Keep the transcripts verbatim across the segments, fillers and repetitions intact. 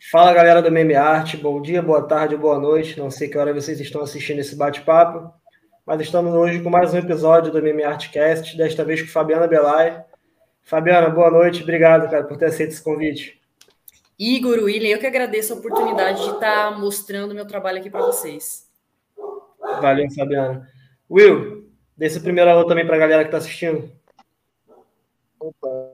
Fala galera do Meme Arte, bom dia, boa tarde, boa noite. Não sei que hora vocês estão assistindo esse bate-papo, mas estamos hoje com mais um episódio do Meme Artcast, desta vez com Fabiana Belay. Fabiana, boa noite, obrigado, cara, por ter aceito esse convite. Igor, William, eu que agradeço a oportunidade de estar mostrando meu trabalho aqui para vocês. Valeu, Fabiana. Will, dê esse primeiro alô também para a galera que está assistindo. Opa.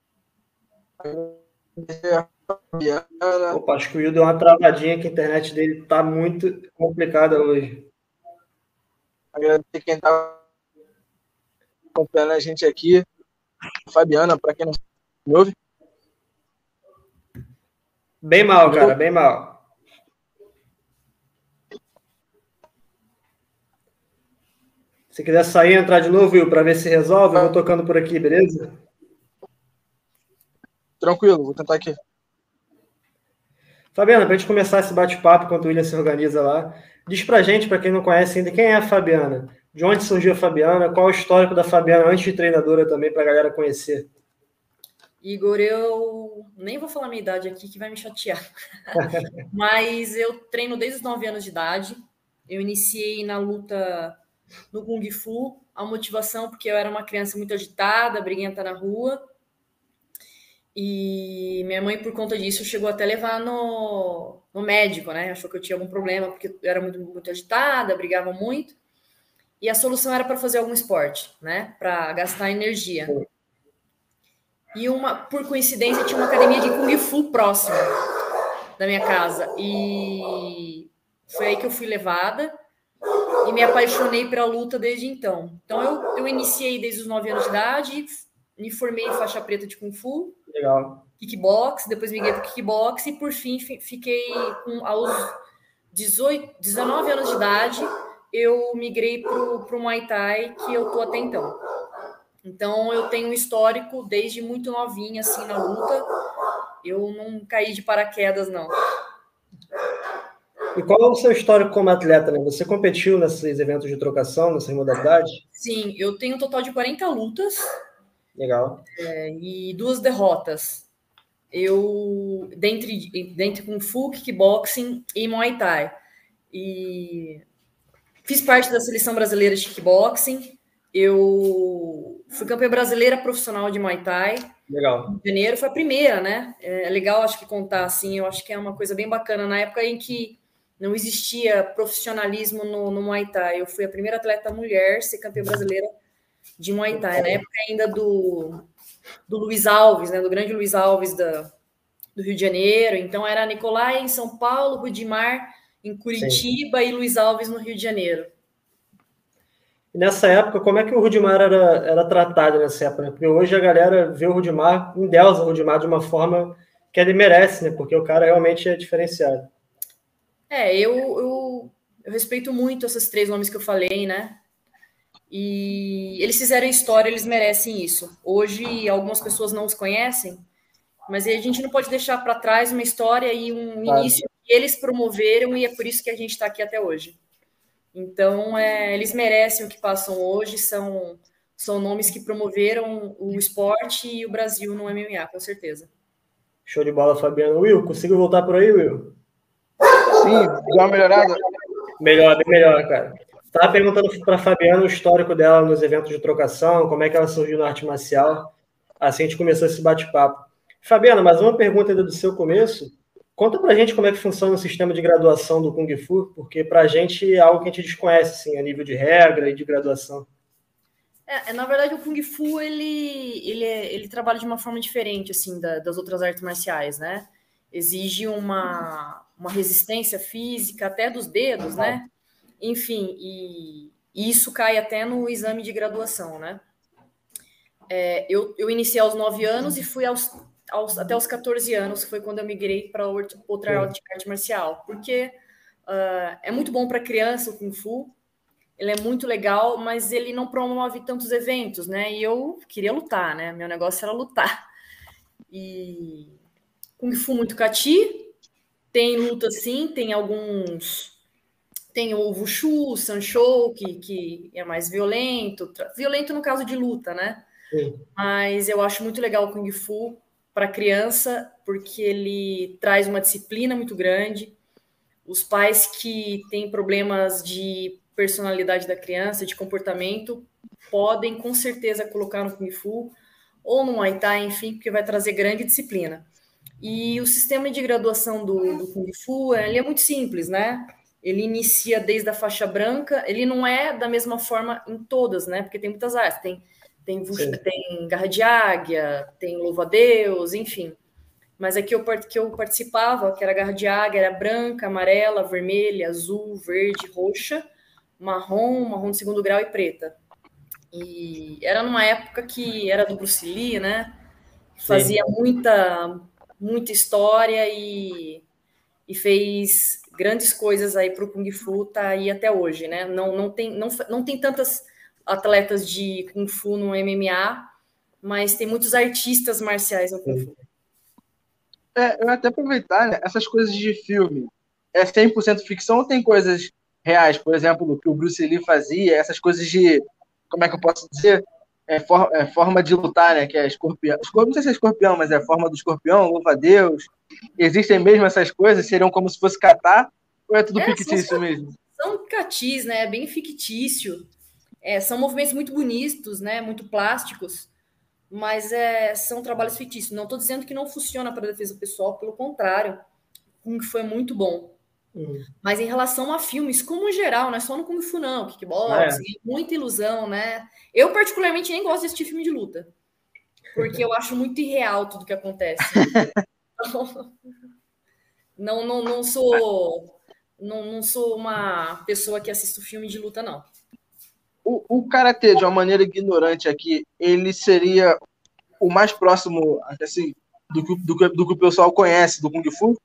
Opa, acho que o Will deu uma travadinha, que a internet dele está muito complicada hoje. Agradecer quem está acompanhando a gente aqui. Fabiana, para quem não me ouve. Bem mal, cara, bem mal. Se quiser sair e entrar de novo, Will, para ver se resolve, eu vou tocando por aqui, beleza? Tranquilo, vou tentar aqui. Fabiana, para a gente começar esse bate-papo, enquanto o William se organiza lá, diz pra gente, para quem não conhece ainda, quem é a Fabiana? De onde surgiu a Fabiana? Qual é o histórico da Fabiana antes de treinadora também, para a galera conhecer? Igor, eu nem vou falar minha idade aqui, que vai me chatear. Mas eu treino desde os nove anos de idade. Eu iniciei na luta no Kung Fu. A motivação, porque eu era uma criança muito agitada, briguenta na rua. E minha mãe, por conta disso, chegou até a levar no, no médico, né? Achou que eu tinha algum problema, porque eu era muito, muito agitada, brigava muito. E a solução era para fazer algum esporte, né? Para gastar energia. E uma, por coincidência, tinha uma academia de Kung Fu próxima da minha casa. E foi aí que eu fui levada e me apaixonei pela luta desde então. Então, eu, eu iniciei desde os nove anos de idade, me formei em faixa preta de Kung Fu. Legal. Kickbox, depois migrei para kickbox e, por fim, fiquei com, aos dezoito, dezenove anos de idade, eu migrei para o Muay Thai, que eu tô até então. Então, eu tenho um histórico desde muito novinha, assim, na luta. Eu não caí de paraquedas, não. E qual é o seu histórico como atleta, né? Você competiu nesses eventos de trocação, nessas modalidades? Sim, eu tenho um total de quarenta lutas. Legal. É, e duas derrotas. Eu, dentre, dentre Kung Fu, Kickboxing e Muay Thai. E fiz parte da seleção brasileira de Kickboxing. Eu fui campeã brasileira profissional de Muay Thai. Legal. Em janeiro, foi a primeira, né? É legal, acho que contar assim, eu acho que é uma coisa bem bacana. Na época em que não existia profissionalismo no, no Muay Thai, eu fui a primeira atleta mulher a ser campeã brasileira de Muay Thai. Na época ainda do, do Luiz Alves, né? Do grande Luiz Alves da, do Rio de Janeiro. Então era Nicolai em São Paulo, Rudimar em Curitiba. Sim. E Luiz Alves no Rio de Janeiro. E nessa época, como é que o Rudimar era, era tratado nessa época? Porque hoje a galera vê o Rudimar, endeusa o Rudimar de uma forma que ele merece, né? Porque o cara realmente é diferenciado. É, eu, eu, eu respeito muito esses três nomes que eu falei, né? E eles fizeram história, eles merecem isso. Hoje, algumas pessoas não os conhecem, mas a gente não pode deixar para trás uma história e um claro. Início que eles promoveram, e é por isso que a gente está aqui até hoje. Então, é, eles merecem o que passam hoje, são, são nomes que promoveram o esporte e o Brasil no M M A, com certeza. Show de bola, Fabiano. Will, conseguiu voltar por aí, Will? Sim, deu uma melhorada. Melhor, bem melhor, cara. Estava perguntando para a Fabiana o histórico dela nos eventos de trocação, como é que ela surgiu na arte marcial. Assim a gente começou esse bate-papo. Fabiana, mais uma pergunta ainda do seu começo. Conta pra gente como é que funciona o sistema de graduação do Kung Fu, porque pra gente é algo que a gente desconhece, assim, a nível de regra e de graduação. É, na verdade, o Kung Fu, ele, ele, é, ele trabalha de uma forma diferente, assim, da, das outras artes marciais, né? Exige uma, uma resistência física até dos dedos, né? Enfim, e, e isso cai até no exame de graduação, né? É, eu, eu iniciei aos nove anos e fui aos, aos, até os quatorze anos, foi quando eu migrei para outra arte marcial, porque uh, é muito bom para criança o Kung Fu, ele é muito legal, mas ele não promove tantos eventos, né? E eu queria lutar, né? Meu negócio era lutar. E Kung Fu muito cati, tem luta sim, tem alguns... Tem o Wushu, o Sanshou, que, que é mais violento. Violento no caso de luta, né? Sim. Mas eu acho muito legal o Kung Fu para a criança, porque ele traz uma disciplina muito grande. Os pais que têm problemas de personalidade da criança, de comportamento, podem com certeza colocar no Kung Fu ou no Muay Thai, enfim, porque vai trazer grande disciplina. E o sistema de graduação do, do Kung Fu, ele é muito simples, né? Ele inicia desde a faixa branca, ele não é da mesma forma em todas, né? Porque tem muitas áreas, tem, tem, tem garra de águia, tem louva-a-Deus, enfim. Mas aqui eu, que eu participava, que era garra de águia, era branca, amarela, vermelha, azul, verde, roxa, marrom, marrom de segundo grau e preta. E era numa época que era do Bruce Lee, né? Fazia muita, muita história e, e fez grandes coisas aí para o Kung Fu, tá aí até hoje, né? Não, não, tem, não, não tem tantas atletas de Kung Fu no M M A, mas tem muitos artistas marciais no Kung Fu. É, eu até aproveitar, né, essas coisas de filme, é cem por cento ficção ou tem coisas reais? Por exemplo, o que o Bruce Lee fazia, essas coisas de, como é que eu posso dizer? É, for, é forma de lutar, né? Que é escorpião. Não sei se é escorpião, mas é a forma do escorpião, louva-a-Deus. Existem mesmo essas coisas? Seriam como se fosse catar? Ou é tudo é, fictício são, mesmo? São catis, né? É bem fictício. É, são movimentos muito bonitos, né? Muito plásticos. Mas é, são trabalhos fictícios. Não estou dizendo que não funciona para a defesa pessoal, pelo contrário, Kung Fu é muito bom. Uhum. Mas em relação a filmes, como geral, não é só no Kung Fu, não, kickboxing, ah, é. muita ilusão, né? Eu, particularmente, nem gosto de assistir filme de luta, porque eu acho muito irreal tudo que acontece. Então, não, não, não sou não, não sou uma pessoa que assiste filme de luta, não. O, o karatê, de uma maneira ignorante aqui, ele seria o mais próximo assim, do, que, do, do que o pessoal conhece do Kung Fu?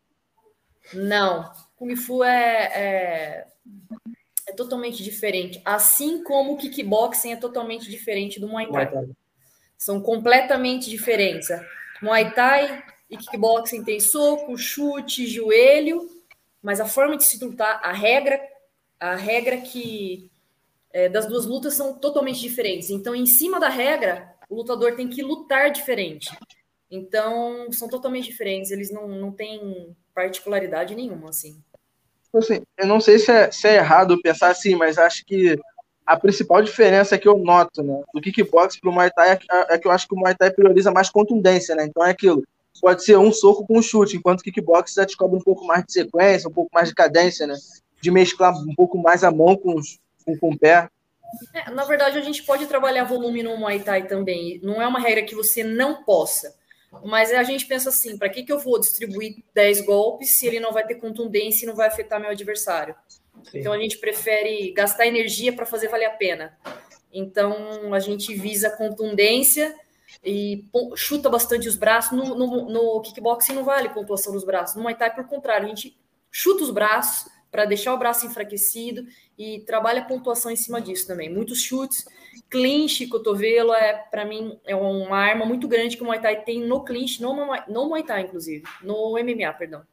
Não. Kung Fu é, é, é totalmente diferente. Assim como o kickboxing é totalmente diferente do Muay Thai. Muay Thai. São completamente diferentes. Muay Thai e kickboxing tem soco, chute, joelho, mas a forma de se lutar, a regra, a regra que... É, das duas lutas são totalmente diferentes. Então, em cima da regra, o lutador tem que lutar diferente. Então, são totalmente diferentes. Eles não, não têm particularidade nenhuma, assim. assim. Eu não sei se é, se é errado pensar assim, mas acho que a principal diferença que eu noto, né, do kickbox para o Muay Thai é, é que eu acho que o Muay Thai prioriza mais contundência, né? Então é aquilo. Pode ser um soco com um chute, enquanto o kickbox já descobre um pouco mais de sequência, um pouco mais de cadência, né? De mesclar um pouco mais a mão com os Com, com o pé. É, na verdade, a gente pode trabalhar volume no Muay Thai também. Não é uma regra que você não possa. Mas a gente pensa assim, para que, que eu vou distribuir dez golpes se ele não vai ter contundência e não vai afetar meu adversário? Sim. Então, a gente prefere gastar energia para fazer valer a pena. Então, a gente visa contundência e chuta bastante os braços. No, no, no kickboxing não vale pontuação nos braços. No Muay Thai, por contrário, a gente chuta os braços para deixar o braço enfraquecido e trabalha a pontuação em cima disso também. Muitos chutes, clinch, cotovelo, é, para mim, é uma arma muito grande que o Muay Thai tem no clinch, no, no Muay Thai, inclusive, no M M A, perdão.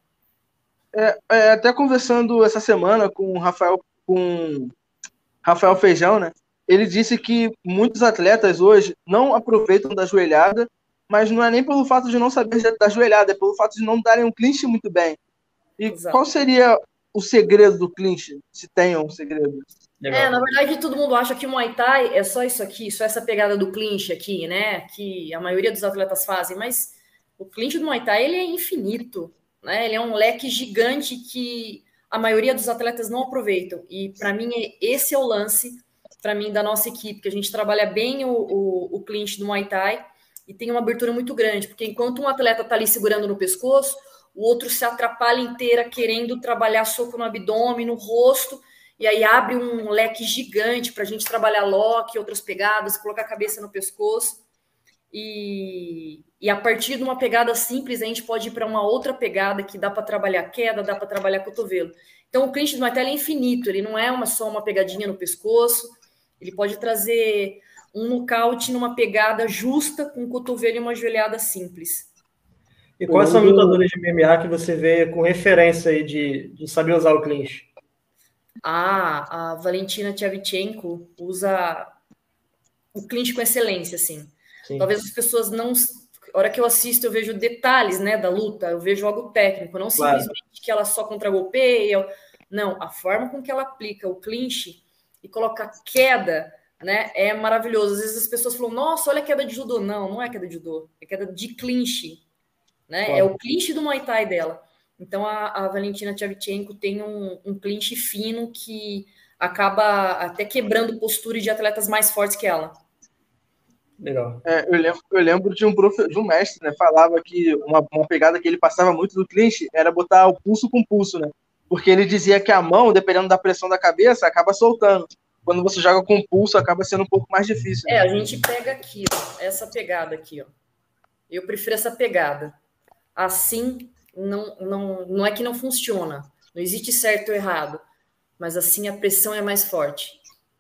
É, é, até conversando essa semana com o Rafael, com Rafael Feijão, né? Ele disse que muitos atletas hoje não aproveitam da joelhada, mas não é nem pelo fato de não saber da joelhada, é pelo fato de não darem um clinch muito bem. E Exato. Qual seria o segredo do clinch, se tem um segredo? Legal. É, na verdade, todo mundo acha que o Muay Thai é só isso aqui, só essa pegada do clinch aqui, né? Que a maioria dos atletas fazem, mas o clinch do Muay Thai, ele é infinito, né? Ele é um leque gigante que a maioria dos atletas não aproveitam. E, para mim, esse é o lance, para mim, da nossa equipe, que a gente trabalha bem o, o, o clinch do Muay Thai e tem uma abertura muito grande, porque enquanto um atleta tá ali segurando no pescoço, o outro se atrapalha inteira querendo trabalhar soco no abdômen, no rosto, e aí abre um leque gigante para a gente trabalhar lock, outras pegadas, colocar a cabeça no pescoço. E, e a partir de uma pegada simples, a gente pode ir para uma outra pegada que dá para trabalhar queda, dá para trabalhar cotovelo. Então, o clinch do Muay Thai é infinito, ele não é uma, só uma pegadinha no pescoço, ele pode trazer um nocaute numa pegada justa com um cotovelo e uma joelhada simples. E quais são os lutadores de M M A que você vê com referência aí de, de saber usar o clinch? Ah, a Valentina Tchevchenko usa o clinch com excelência, assim. Sim. Talvez as pessoas não a hora que eu assisto, eu vejo detalhes, né, da luta, eu vejo algo técnico, não Claro. simplesmente que ela só contra-golpeia. Não, a forma com que ela aplica o clinch e coloca a queda, né, é maravilhoso. Às vezes as pessoas falam, nossa, olha a queda de judô. Não, não é queda de judô, é queda de clinch, né? Claro. É o clinch do Muay Thai dela. Então a, a Valentina Shevchenko tem um, um clinch fino que acaba até quebrando postura de atletas mais fortes que ela. Legal. É, eu, lembro, eu lembro de um, prof, de um mestre, né? Falava que uma, uma pegada que ele passava muito do clinch era botar o pulso com pulso, né? Porque ele dizia que a mão, dependendo da pressão da cabeça, acaba soltando. Quando você joga com pulso, acaba sendo um pouco mais difícil. Né? É, a gente pega aqui, ó, essa pegada aqui, ó. Eu prefiro essa pegada. Assim, não, não, não é que não funciona. Não existe certo ou errado. Mas assim a pressão é mais forte.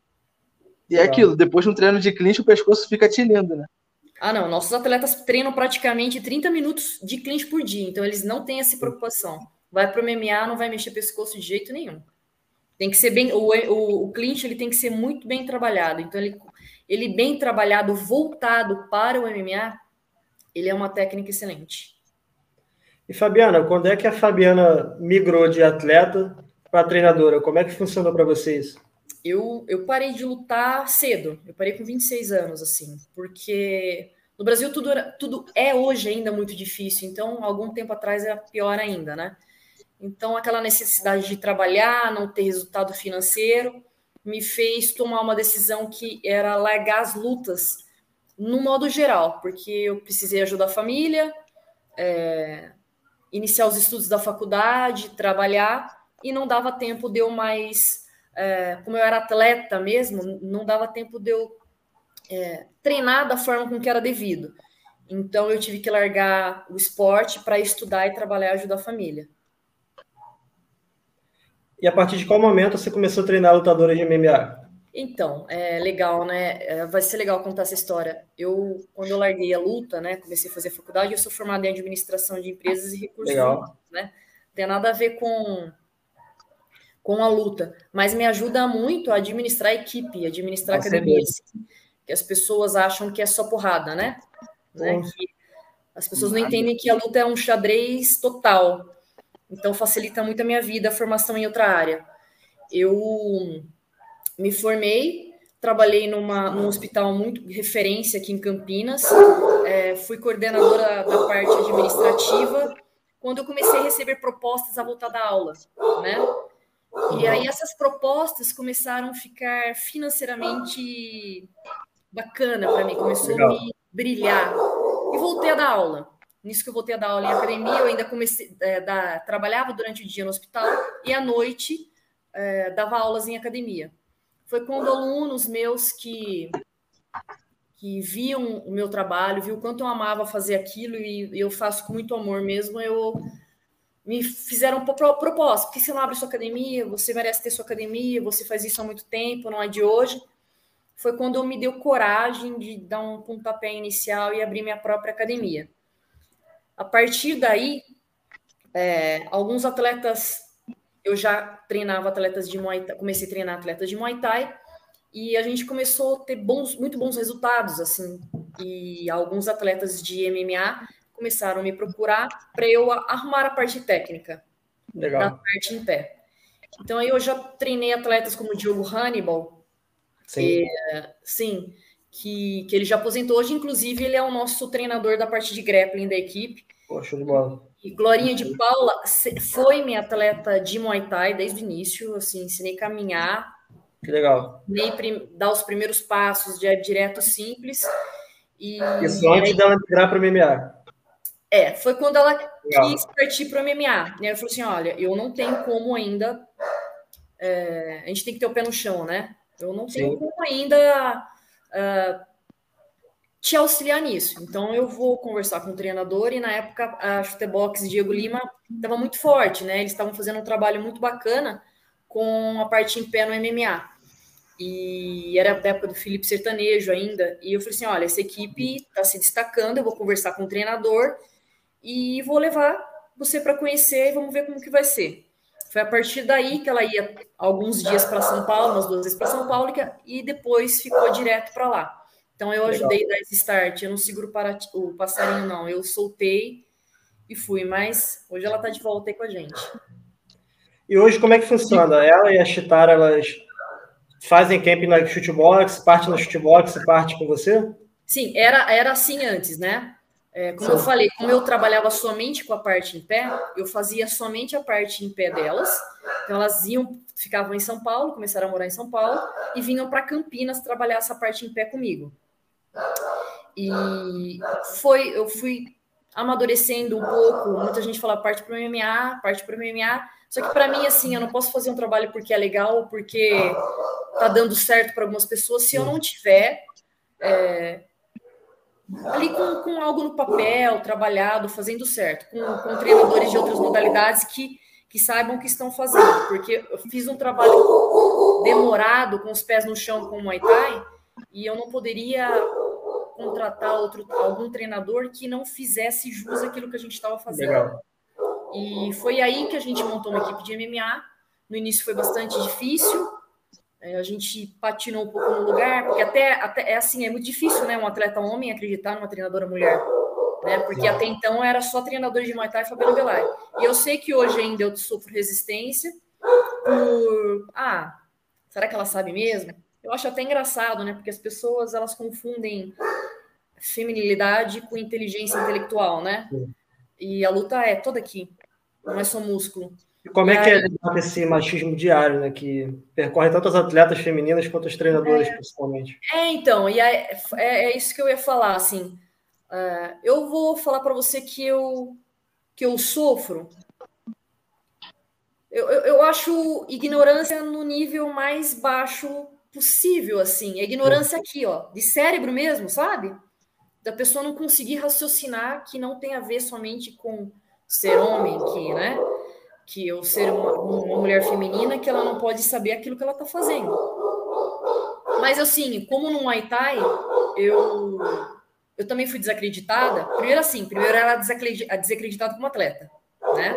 E é aquilo, depois de um treino de clinch, o pescoço fica tinindo, né? Ah, não. Nossos atletas treinam praticamente trinta minutos de clinch por dia. Então, eles não têm essa preocupação. Vai para o M M A, não vai mexer pescoço de jeito nenhum. Tem que ser bem... O, o, o clinch, ele tem que ser muito bem trabalhado. Então, ele, ele bem trabalhado, voltado para o M M A, ele é uma técnica excelente. E, Fabiana, quando é que a Fabiana migrou de atleta para treinadora? Como é que funcionou para vocês? Eu, eu parei de lutar cedo, eu parei com vinte e seis anos, assim, porque no Brasil tudo, era, tudo é hoje ainda muito difícil, então algum tempo atrás era pior ainda, né? Então aquela necessidade de trabalhar, não ter resultado financeiro, me fez tomar uma decisão que era largar as lutas no modo geral, porque eu precisei ajudar a família, é, iniciar os estudos da faculdade, trabalhar, e não dava tempo de eu mais... É, como eu era atleta mesmo, não dava tempo de eu é, treinar da forma com que era devido. Então, eu tive que largar o esporte para estudar e trabalhar e ajudar a família. E a partir de qual momento você começou a treinar lutadora de M M A? Então, é legal, né? É, vai ser legal contar essa história. Eu, quando eu larguei a luta, né, comecei a fazer faculdade, eu sou formada em administração de empresas e recursos humanos, né? Não tem nada a ver com... com a luta, mas me ajuda muito a administrar a equipe, administrar a academia, assim, que as pessoas acham que é só porrada, né? né? Que as pessoas não entendem que a luta é um xadrez total, então facilita muito a minha vida, a formação em outra área. Eu me formei, trabalhei numa, num hospital muito referência aqui em Campinas, é, fui coordenadora da parte administrativa, quando eu comecei a receber propostas a voltar da aula, né? E aí essas propostas começaram a ficar financeiramente bacana para mim, começou Legal. a me brilhar. E voltei a dar aula. Nisso que eu voltei a dar aula em academia, eu ainda comecei é, dar, trabalhava durante o dia no hospital e à noite é, dava aulas em academia. Foi quando alunos meus que, que viam o meu trabalho, viu o quanto eu amava fazer aquilo e eu faço com muito amor mesmo, eu... me fizeram proposta, por que você não abre sua academia? Você merece ter sua academia, você faz isso há muito tempo, não é de hoje. Foi quando eu me deu coragem de dar um pontapé inicial e abrir minha própria academia. A partir daí, é, alguns atletas, eu já treinava atletas de Muay Thai, comecei a treinar atletas de Muay Thai, e a gente começou a ter bons, muito bons resultados, assim, e alguns atletas de M M A começaram a me procurar para eu arrumar a parte técnica Legal. da parte em pé. Então, aí eu já treinei atletas como o Diogo Hannibal, sim, é, sim que, que ele já aposentou. Hoje, inclusive, ele é o nosso treinador da parte de grappling da equipe. Poxa, de bola. E Glorinha de Paula foi minha atleta de Muay Thai desde o início, assim, ensinei a caminhar. Que legal. Ensinei dar os primeiros passos de direto simples. E Isso antes aí, dela migrar para o M M A. É, foi quando ela Legal. quis partir para o M M A. E aí eu falei assim, olha, eu não tenho como ainda... É, a gente tem que ter o pé no chão, né? Eu não tenho Sim. como ainda uh, te auxiliar nisso. Então, eu vou conversar com o treinador. E, na época, a Chutebox Diego Lima estava muito forte, né? Eles estavam fazendo um trabalho muito bacana com a parte em pé no M M A. E era da época do Felipe Sertanejo ainda. E eu falei assim, olha, essa equipe está se destacando, eu vou conversar com o treinador e vou levar você para conhecer e vamos ver como que vai ser. Foi a partir daí que ela ia alguns dias para São Paulo, umas duas vezes para São Paulo, e depois ficou direto para lá. Então, eu ajudei a dar esse start. Eu não seguro para o passarinho, não. Eu soltei e fui, mas hoje ela está de volta aí com a gente. E hoje, como é que funciona? Ela e a Chitara, elas fazem camp na shootbox, parte na shootbox e parte com você? Sim, era, era assim antes, né? É, como Sim. eu falei, como eu trabalhava somente com a parte em pé, eu fazia somente a parte em pé delas. Então, elas iam, ficavam em São Paulo, começaram a morar em São Paulo, e vinham para Campinas trabalhar essa parte em pé comigo. E foi, eu fui amadurecendo um pouco. Muita gente fala parte para o M M A, parte para o M M A. Só que para mim, assim, eu não posso fazer um trabalho porque é legal, porque tá dando certo para algumas pessoas, se eu não tiver é, ali com, com algo no papel, trabalhado, fazendo certo, com, com treinadores de outras modalidades que, que saibam o que estão fazendo. Porque eu fiz um trabalho demorado, com os pés no chão com o Muay Thai, e eu não poderia contratar outro, algum treinador que não fizesse jus àquilo que a gente estava fazendo. Legal. E foi aí que a gente montou uma equipe de M M A. No início foi bastante difícil, a gente patinou um pouco no lugar, porque até, até é assim, é muito difícil, né, um atleta homem acreditar numa treinadora mulher, né, porque até então era só treinador de Muay Thai e Fabiano Belay. E eu sei que hoje ainda eu sofro resistência por, ah, será que ela sabe mesmo? Eu acho até engraçado, né, porque as pessoas, elas confundem feminilidade com inteligência intelectual, né? Sim. E a luta é toda aqui, não é só músculo. E como e é aí... que é lidar com esse machismo diário, né? Que percorre tanto as atletas femininas quanto as treinadoras, é... principalmente. É, então, e é, é, é isso que eu ia falar, assim. Uh, eu vou falar para você que eu, que eu sofro. Eu, eu, eu acho ignorância no nível mais baixo possível, assim. A ignorância Sim. aqui, ó, de cérebro mesmo, sabe? Da pessoa não conseguir raciocinar que não tem a ver somente com ser homem, que, né? Que eu ser uma, uma mulher feminina, que ela não pode saber aquilo que ela está fazendo. Mas, assim, como no Muay Thai, eu, eu também fui desacreditada. Primeiro, assim, primeiro era desacreditada como atleta, né?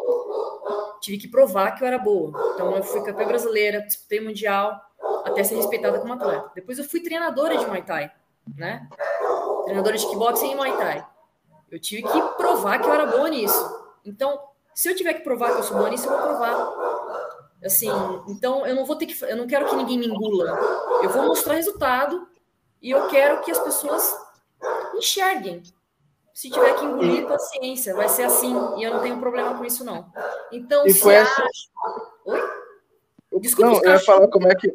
Tive que provar que eu era boa. Então, eu fui campeã brasileira, disputei mundial, até ser respeitada como atleta. Depois, eu fui treinadora de Muay Thai, né? Treinadora de kickboxing e Muay Thai. Eu tive que provar que eu era boa nisso. Então, se eu tiver que provar que eu sou boa nisso, eu vou provar. Assim, então eu não vou ter que, eu não quero que ninguém me engula. Eu vou mostrar resultado e eu quero que as pessoas enxerguem. Se tiver que engolir, paciência, vai ser assim. E eu não tenho problema com isso, não. Então, e se foi a... assim... Oi? Desculpa, não, eu ia falar como é que...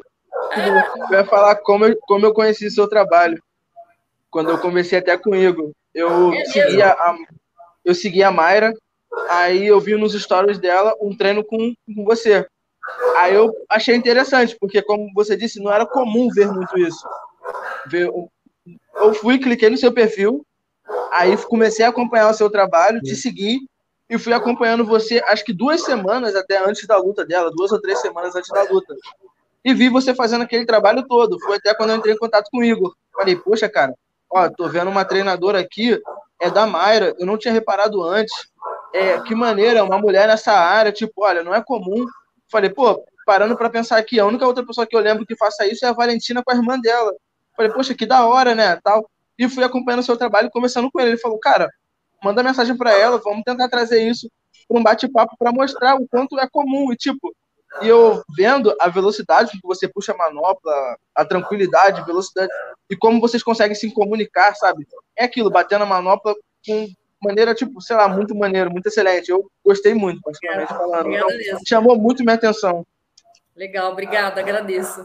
Eu ia falar como eu, como eu conheci o seu trabalho. Quando eu comecei até com o Igor. Eu é seguia a, eu seguia a Mayra, aí eu vi nos stories dela um treino com, com você. Aí eu achei interessante, porque como você disse, não era comum ver muito isso. Ver, eu fui, cliquei no seu perfil, aí comecei a acompanhar o seu trabalho, te segui, e fui acompanhando você, acho que duas semanas até antes da luta dela, duas ou três semanas antes da luta. E vi você fazendo aquele trabalho todo. Foi até quando eu entrei em contato com o Igor. Falei, poxa, cara, ó, tô vendo uma treinadora aqui, é da Mayra, eu não tinha reparado antes. É, que maneira, uma mulher nessa área, tipo, olha, não é comum. Falei, pô, parando pra pensar aqui, a única outra pessoa que eu lembro que faça isso é a Valentina com a irmã dela. Falei, poxa, que da hora, né, tal. E fui acompanhando o seu trabalho e conversando com ele. Ele falou, cara, manda mensagem pra ela, vamos tentar trazer isso pra um bate-papo pra mostrar o quanto é comum. E, tipo, e eu vendo a velocidade que você puxa a manopla, a tranquilidade, velocidade, e como vocês conseguem se comunicar, sabe? É aquilo, batendo a manopla com maneira, tipo, sei lá, muito maneiro, muito excelente. Eu gostei muito, particularmente falando. Então, chamou muito minha atenção. Legal, obrigada, agradeço.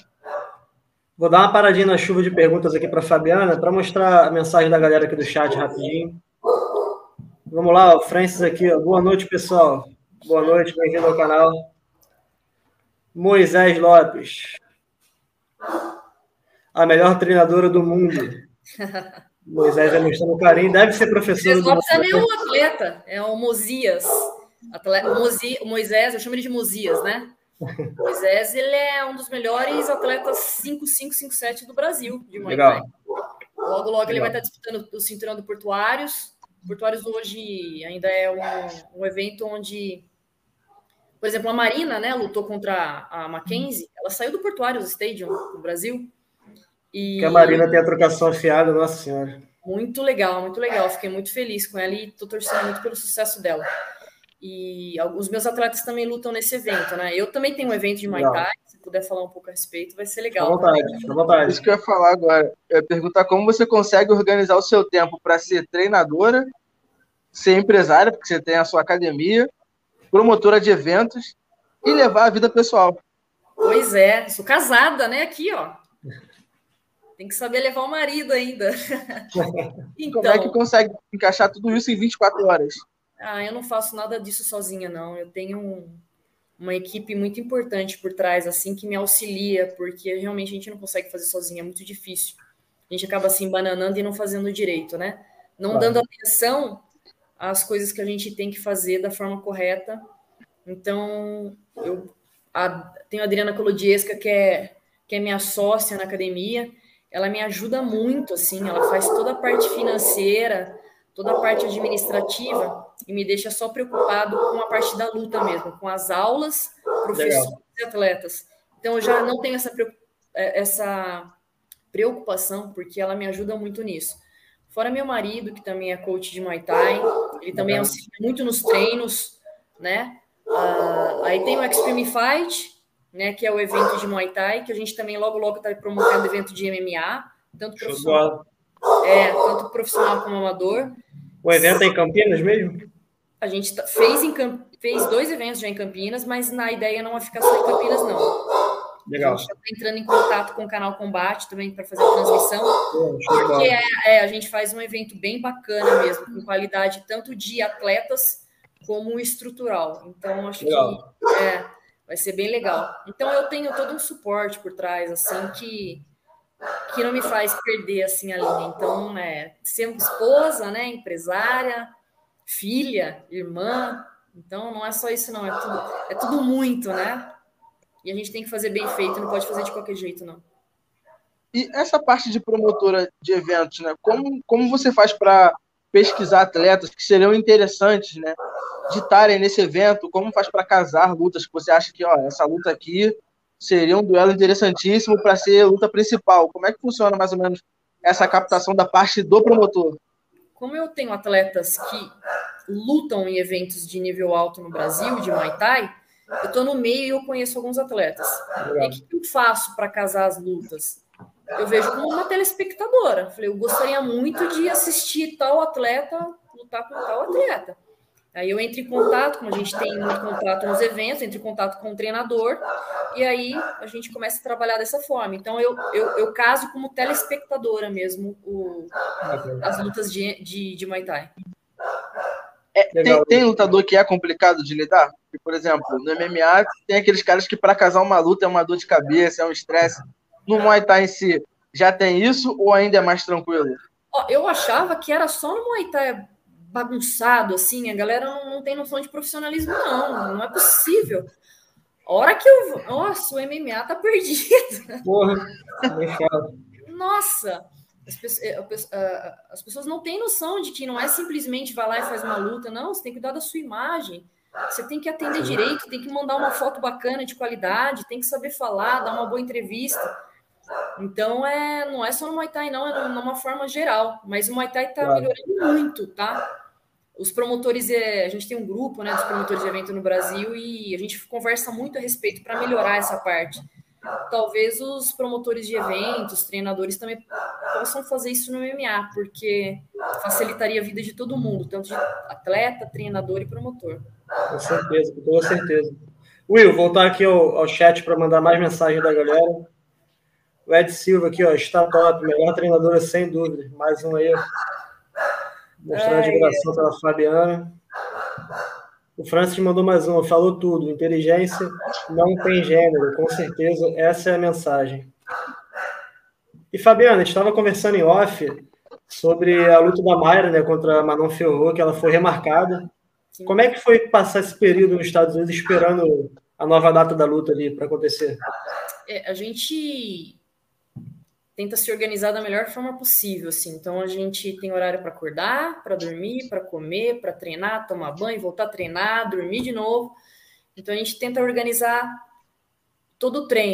Vou dar uma paradinha na chuva de perguntas aqui para a Fabiana, para mostrar a mensagem da galera aqui do chat rapidinho. Vamos lá, o Francis aqui, ó. Boa noite, pessoal. Boa noite, bem-vindo ao canal. Moisés Lopes. A melhor treinadora do mundo. Moisés é mostrando carinho, deve ser professor do Lopes é meu atleta, é o Mosias. Atleta, Mosi, Moisés, eu chamo ele de Mosias, né? Moisés, ele é um dos melhores atletas cinco cinco, cinco sete do Brasil, de Muay Thai. Logo, logo Legal. Ele vai estar disputando o cinturão do Portuários. Portuários hoje ainda é um, um evento onde, por exemplo, a Marina, né, lutou contra a Mackenzie, ela saiu do Portuários Stadium, no Brasil, E... Que a Marina tem a trocação afiada, nossa senhora. Muito legal, muito legal. Fiquei muito feliz com ela e tô torcendo muito pelo sucesso dela. E os meus atletas também lutam nesse evento, né? Eu também tenho um evento de Muay Thai, se puder falar um pouco a respeito, vai ser legal. Fica à vontade, fica à vontade. Isso que eu ia falar agora. Eu ia perguntar como você consegue organizar o seu tempo para ser treinadora, ser empresária, porque você tem a sua academia, promotora de eventos e levar a vida pessoal. Pois é, sou casada, né? Aqui, ó. Tem que saber levar o marido ainda. Então, como é que consegue encaixar tudo isso em vinte e quatro horas? Ah, eu não faço nada disso sozinha, não. Eu tenho um, uma equipe muito importante por trás, assim, que me auxilia, porque realmente a gente não consegue fazer sozinha, é muito difícil. A gente acaba se embananando e não fazendo direito, né? Não claro. Dando atenção às coisas que a gente tem que fazer da forma correta. Então, eu a, tenho a Adriana Kolodiesca, que é, que é minha sócia na academia. Ela me ajuda muito, assim, ela faz toda a parte financeira, toda a parte administrativa e me deixa só preocupado com a parte da luta mesmo, com as aulas, professores Legal. E atletas. Então, eu já não tenho essa, essa preocupação, porque ela me ajuda muito nisso. Fora meu marido, que também é coach de Muay Thai, ele também Legal. Auxilia muito nos treinos, né? Uh, aí tem o Extreme Fight, né, que é o evento de Muay Thai, que a gente também logo, logo está promovendo evento de M M A, tanto profissional, é, tanto profissional como amador. O evento é em Campinas mesmo? A gente tá, fez, em, fez dois eventos já em Campinas, mas na ideia não é ficar só em Campinas, não. Legal. A gente está entrando em contato com o Canal Combate também para fazer a transmissão, porque é, é, a gente faz um evento bem bacana mesmo, com qualidade tanto de atletas como estrutural. Então, acho Legal. que... É, vai ser bem legal. Então, eu tenho todo um suporte por trás, assim, que, que não me faz perder, assim, a linha. Então, é, ser esposa, né, empresária, filha, irmã. Então, não é só isso, não. É tudo, é tudo muito, né? E a gente tem que fazer bem feito, não pode fazer de qualquer jeito, não. E essa parte de promotora de eventos, né? Como, como você faz para pesquisar atletas que seriam interessantes, né? De estarem nesse evento, como faz para casar lutas que você acha que, ó, essa luta aqui seria um duelo interessantíssimo para ser a luta principal. Como é que funciona mais ou menos essa captação da parte do promotor? Como eu tenho atletas que lutam em eventos de nível alto no Brasil, de Muay Thai, eu estou no meio e eu conheço alguns atletas. E o que eu faço para casar as lutas? Eu vejo como uma telespectadora. Falei, eu gostaria muito de assistir tal atleta lutar com tal atleta. Aí eu entro em contato, como a gente tem muito contato nos eventos, entro em contato com o treinador, e aí a gente começa a trabalhar dessa forma. Então eu, eu, eu caso como telespectadora mesmo o, as lutas de, de, de Muay Thai. É, tem, tem lutador que é complicado de lidar? Porque, por exemplo, no M M A tem aqueles caras que para casar uma luta é uma dor de cabeça, é um estresse. No Muay Thai em si, já tem isso ou ainda é mais tranquilo? Ó, eu achava que era só no Muay Thai bagunçado, assim, a galera não, não tem noção de profissionalismo, não. Não é possível. A hora que eu... Nossa, o M M A tá perdido. Porra, deixado. Nossa! As pessoas, as pessoas não têm noção de que não é simplesmente vai lá e faz uma luta, não. Você tem que cuidar da sua imagem. Você tem que atender direito, tem que mandar uma foto bacana, de qualidade, tem que saber falar, dar uma boa entrevista. Então, é, não é só no Muay Thai, não, é numa forma geral. Mas o Muay Thai tá claro. melhorando muito, tá? Os promotores, a gente tem um grupo, né, dos promotores de evento no Brasil e a gente conversa muito a respeito para melhorar essa parte. Talvez os promotores de eventos, treinadores também possam fazer isso no M M A, porque facilitaria a vida de todo mundo, tanto de atleta, treinador e promotor. Com certeza, com toda certeza. Will, voltar aqui ao, ao chat para mandar mais mensagem da galera. O Ed Silva aqui, ó, está top, melhor treinadora sem dúvida. Mais um aí, ó. Mostrando a admiração pela Fabiana. O Francis mandou mais uma, falou tudo. Inteligência não tem gênero, com certeza essa é a mensagem. E Fabiana, a gente estava conversando em off sobre a luta da Mayra, né, contra a Manon Fiorot, que ela foi remarcada. Sim. Como é que foi passar esse período nos Estados Unidos esperando a nova data da luta ali para acontecer? É, a gente tenta se organizar da melhor forma possível, assim. Então a gente tem horário para acordar, para dormir, para comer, para treinar, tomar banho, voltar a treinar, dormir de novo. Então a gente tenta organizar todo o treino.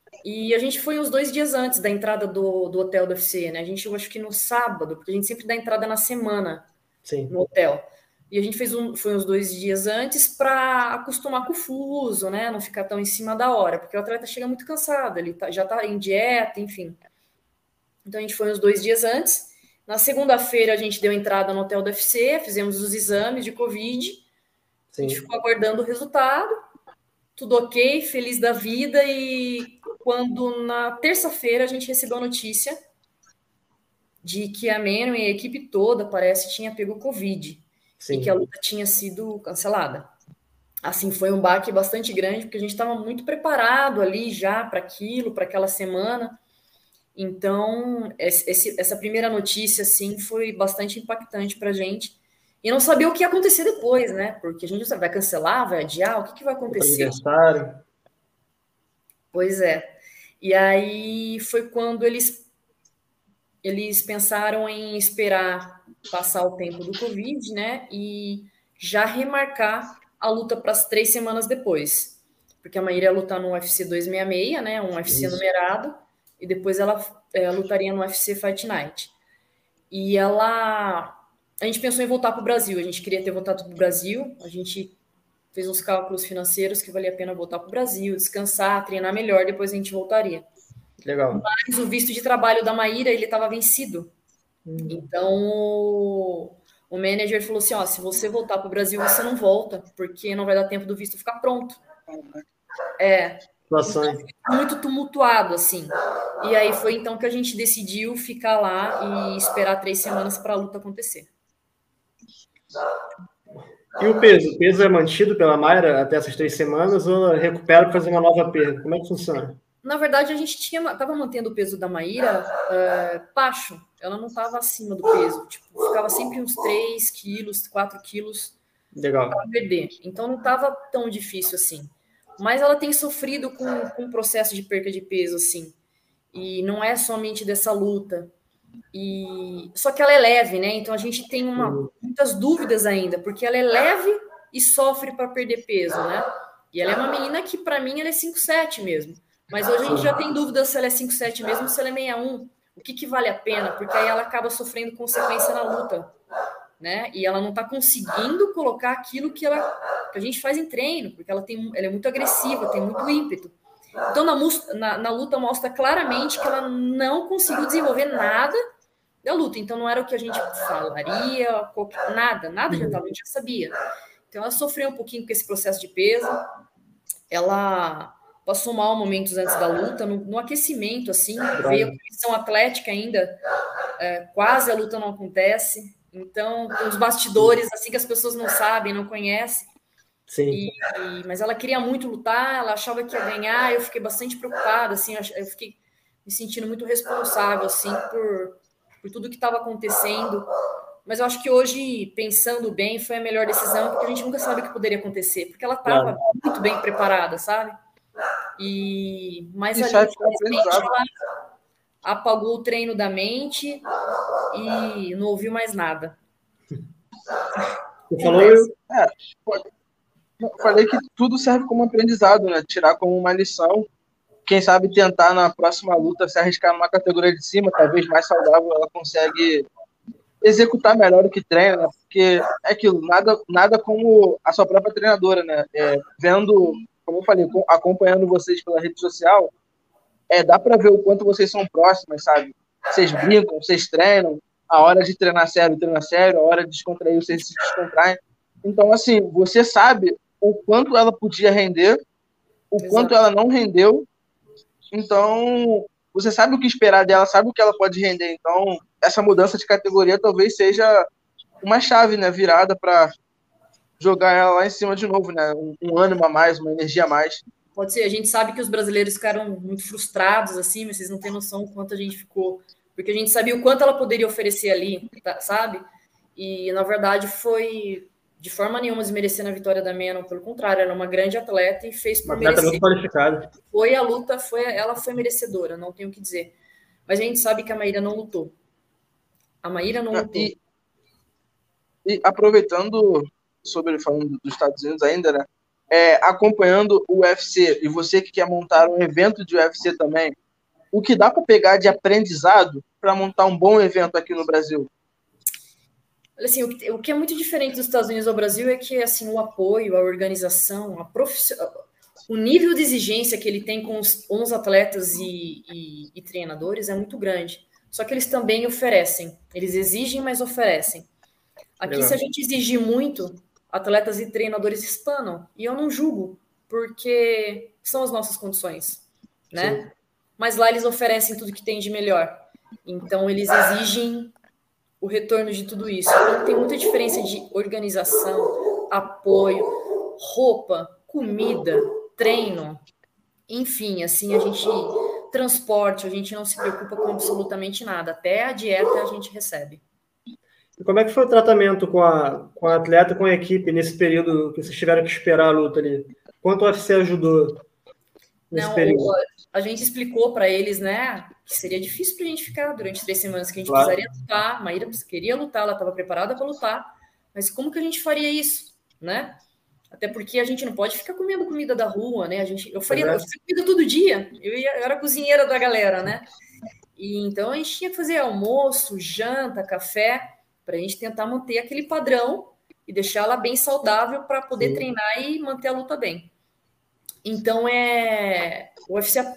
E a gente foi uns dois dias antes da entrada do, do hotel do U F C, né? A gente, eu acho que no sábado, porque a gente sempre dá entrada na semana Sim. no hotel. E a gente fez um, foi uns dois dias antes para acostumar com o fuso, né? Não ficar tão em cima da hora, porque o atleta chega muito cansado, ele tá, já tá em dieta, enfim. Então a gente foi uns dois dias antes. Na segunda-feira a gente deu entrada no hotel do U F C, fizemos os exames de Covid, Sim. a gente ficou aguardando o resultado, tudo ok, feliz da vida, e quando na terça-feira a gente recebeu a notícia de que a Menon e a equipe toda, parece, tinha pego Covid. Sim. E que a luta tinha sido cancelada. Assim, foi um baque bastante grande, porque a gente estava muito preparado ali já para aquilo, para aquela semana. Então, esse, essa primeira notícia, assim, foi bastante impactante para a gente. E não sabia o que ia acontecer depois, né? Porque a gente não sabe, vai cancelar, vai adiar, o que, que vai acontecer? Aniversário. Pois é. E aí foi quando eles, eles pensaram em esperar passar o tempo do Covid, né? E já remarcar a luta para as três semanas depois. Porque a Maíra ia lutar no U F C duzentos e sessenta e seis, né? Um U F C Isso. numerado. E depois ela é, lutaria no U F C Fight Night. E ela... A gente pensou em voltar para o Brasil. A gente queria ter voltado para o Brasil. A gente fez uns cálculos financeiros que valia a pena voltar para o Brasil, descansar, treinar melhor, depois a gente voltaria. Legal. Mas o visto de trabalho da Maíra, ele estava vencido. Hum. Então, o, o manager falou assim, ó, se você voltar para o Brasil, você não volta, porque não vai dar tempo do visto ficar pronto. É. Então, muito tumultuado, assim. E aí foi então que a gente decidiu ficar lá e esperar três semanas para a luta acontecer. E o peso? O peso é mantido pela Mayra até essas três semanas ou recupera para fazer uma nova perda? Como é que funciona? Na verdade, a gente tinha, estava mantendo o peso da Maíra uh, baixo. Ela não estava acima do peso. Tipo, ficava sempre uns três quilos, quatro quilos para perder. Então, não estava tão difícil assim. Mas ela tem sofrido com, com um processo de perca de peso, assim. E não é somente dessa luta. E... Só que ela é leve, né? Então a gente tem uma... muitas dúvidas ainda, porque ela é leve e sofre para perder peso, né? E ela é uma menina que, para mim, ela é cinco sete mesmo. Mas hoje a gente já tem dúvidas se ela é cinco sete mesmo ou se ela é sessenta e um. O que, que vale a pena? Porque aí ela acaba sofrendo consequência na luta, né? E ela não está conseguindo colocar aquilo que, ela... que a gente faz em treino, porque ela, tem... ela é muito agressiva, tem muito ímpeto. Então, na, na, na luta, mostra claramente que ela não conseguiu desenvolver nada da luta. Então, não era o que a gente falaria, qualquer, nada, nada já tava, a gente já sabia. Então, ela sofreu um pouquinho com esse processo de peso. Ela passou mal momentos antes da luta, no, no aquecimento, assim, veio a comissão atlética ainda, é, quase a luta não acontece. Então, os bastidores, assim, que as pessoas não sabem, não conhecem. Sim. E, e, mas ela queria muito lutar, ela achava que ia ganhar, eu fiquei bastante preocupada, assim, eu fiquei me sentindo muito responsável, assim, por, por tudo que estava acontecendo. Mas eu acho que hoje, pensando bem, foi a melhor decisão, porque a gente nunca sabe o que poderia acontecer, porque ela estava claro. muito bem preparada, sabe? E, mas Isso ali, infelizmente, ela apagou o treino da mente e não ouviu mais nada. Você falou... É, eu falei que tudo serve como aprendizado, né? Tirar como uma lição. Quem sabe tentar na próxima luta se arriscar numa categoria de cima, talvez mais saudável, ela consegue executar melhor o que treina, né? Porque é aquilo, nada, nada como a sua própria treinadora, né? É, vendo, como eu falei, acompanhando vocês pela rede social, é, dá para ver o quanto vocês são próximas, sabe? Vocês brincam, vocês treinam, a hora de treinar sério, treina sério, a hora de descontrair, vocês se descontraem. Então, assim, você sabe o quanto ela podia render, o Exato. quanto ela não rendeu. Então, você sabe o que esperar dela, sabe o que ela pode render. Então, essa mudança de categoria talvez seja uma chave, né, virada para jogar ela lá em cima de novo, né? Um, um ânimo a mais, uma energia a mais. Pode ser. A gente sabe que os brasileiros ficaram muito frustrados, assim, mas vocês não têm noção do quanto a gente ficou. Porque a gente sabia o quanto ela poderia oferecer ali, tá, sabe? E, na verdade, foi... de forma nenhuma desmerecendo a vitória da Menon, pelo contrário, ela é uma grande atleta e fez por merecer. Muito qualificada. Foi a luta, foi, ela foi merecedora, não tenho o que dizer. Mas a gente sabe que a Maíra não lutou. A Maíra não lutou. E, e aproveitando, sobre falando dos Estados Unidos ainda, né? é, acompanhando o U F C, e você que quer montar um evento de U F C também, o que dá para pegar de aprendizado para montar um bom evento aqui no Brasil? Assim, o que, o que é muito diferente dos Estados Unidos ao Brasil é que assim, o apoio, a organização, a profiss... o nível de exigência que ele tem com os, com os atletas e, e, e treinadores é muito grande. Só que eles também oferecem. Eles exigem, mas oferecem. Aqui, Legal. Se a gente exigir muito, atletas e treinadores espanam. E eu não julgo, porque são as nossas condições, né? Sim. Mas lá eles oferecem tudo que tem de melhor. Então, eles exigem o retorno de tudo isso. Então, tem muita diferença de organização, apoio, roupa, comida, treino. Enfim, assim, a gente... Transporte, a gente não se preocupa com absolutamente nada. Até a dieta a gente recebe. E como é que foi o tratamento com a, com a atleta, com a equipe, nesse período que vocês tiveram que esperar a luta ali? Quanto o U F C ajudou nesse não, período? A gente explicou para eles, né, que seria difícil para a gente ficar durante três semanas, que a gente claro. precisaria lutar. A Maíra queria lutar, ela estava preparada para lutar. Mas como que a gente faria isso, né? Até porque a gente não pode ficar comendo comida da rua, né? A gente, eu faria, é. eu fazia comida todo dia. Eu, ia, eu era cozinheira da galera, né? E então a gente tinha que fazer almoço, janta, café, para a gente tentar manter aquele padrão e deixar ela bem saudável para poder Sim. treinar e manter a luta bem. Então é, o U F C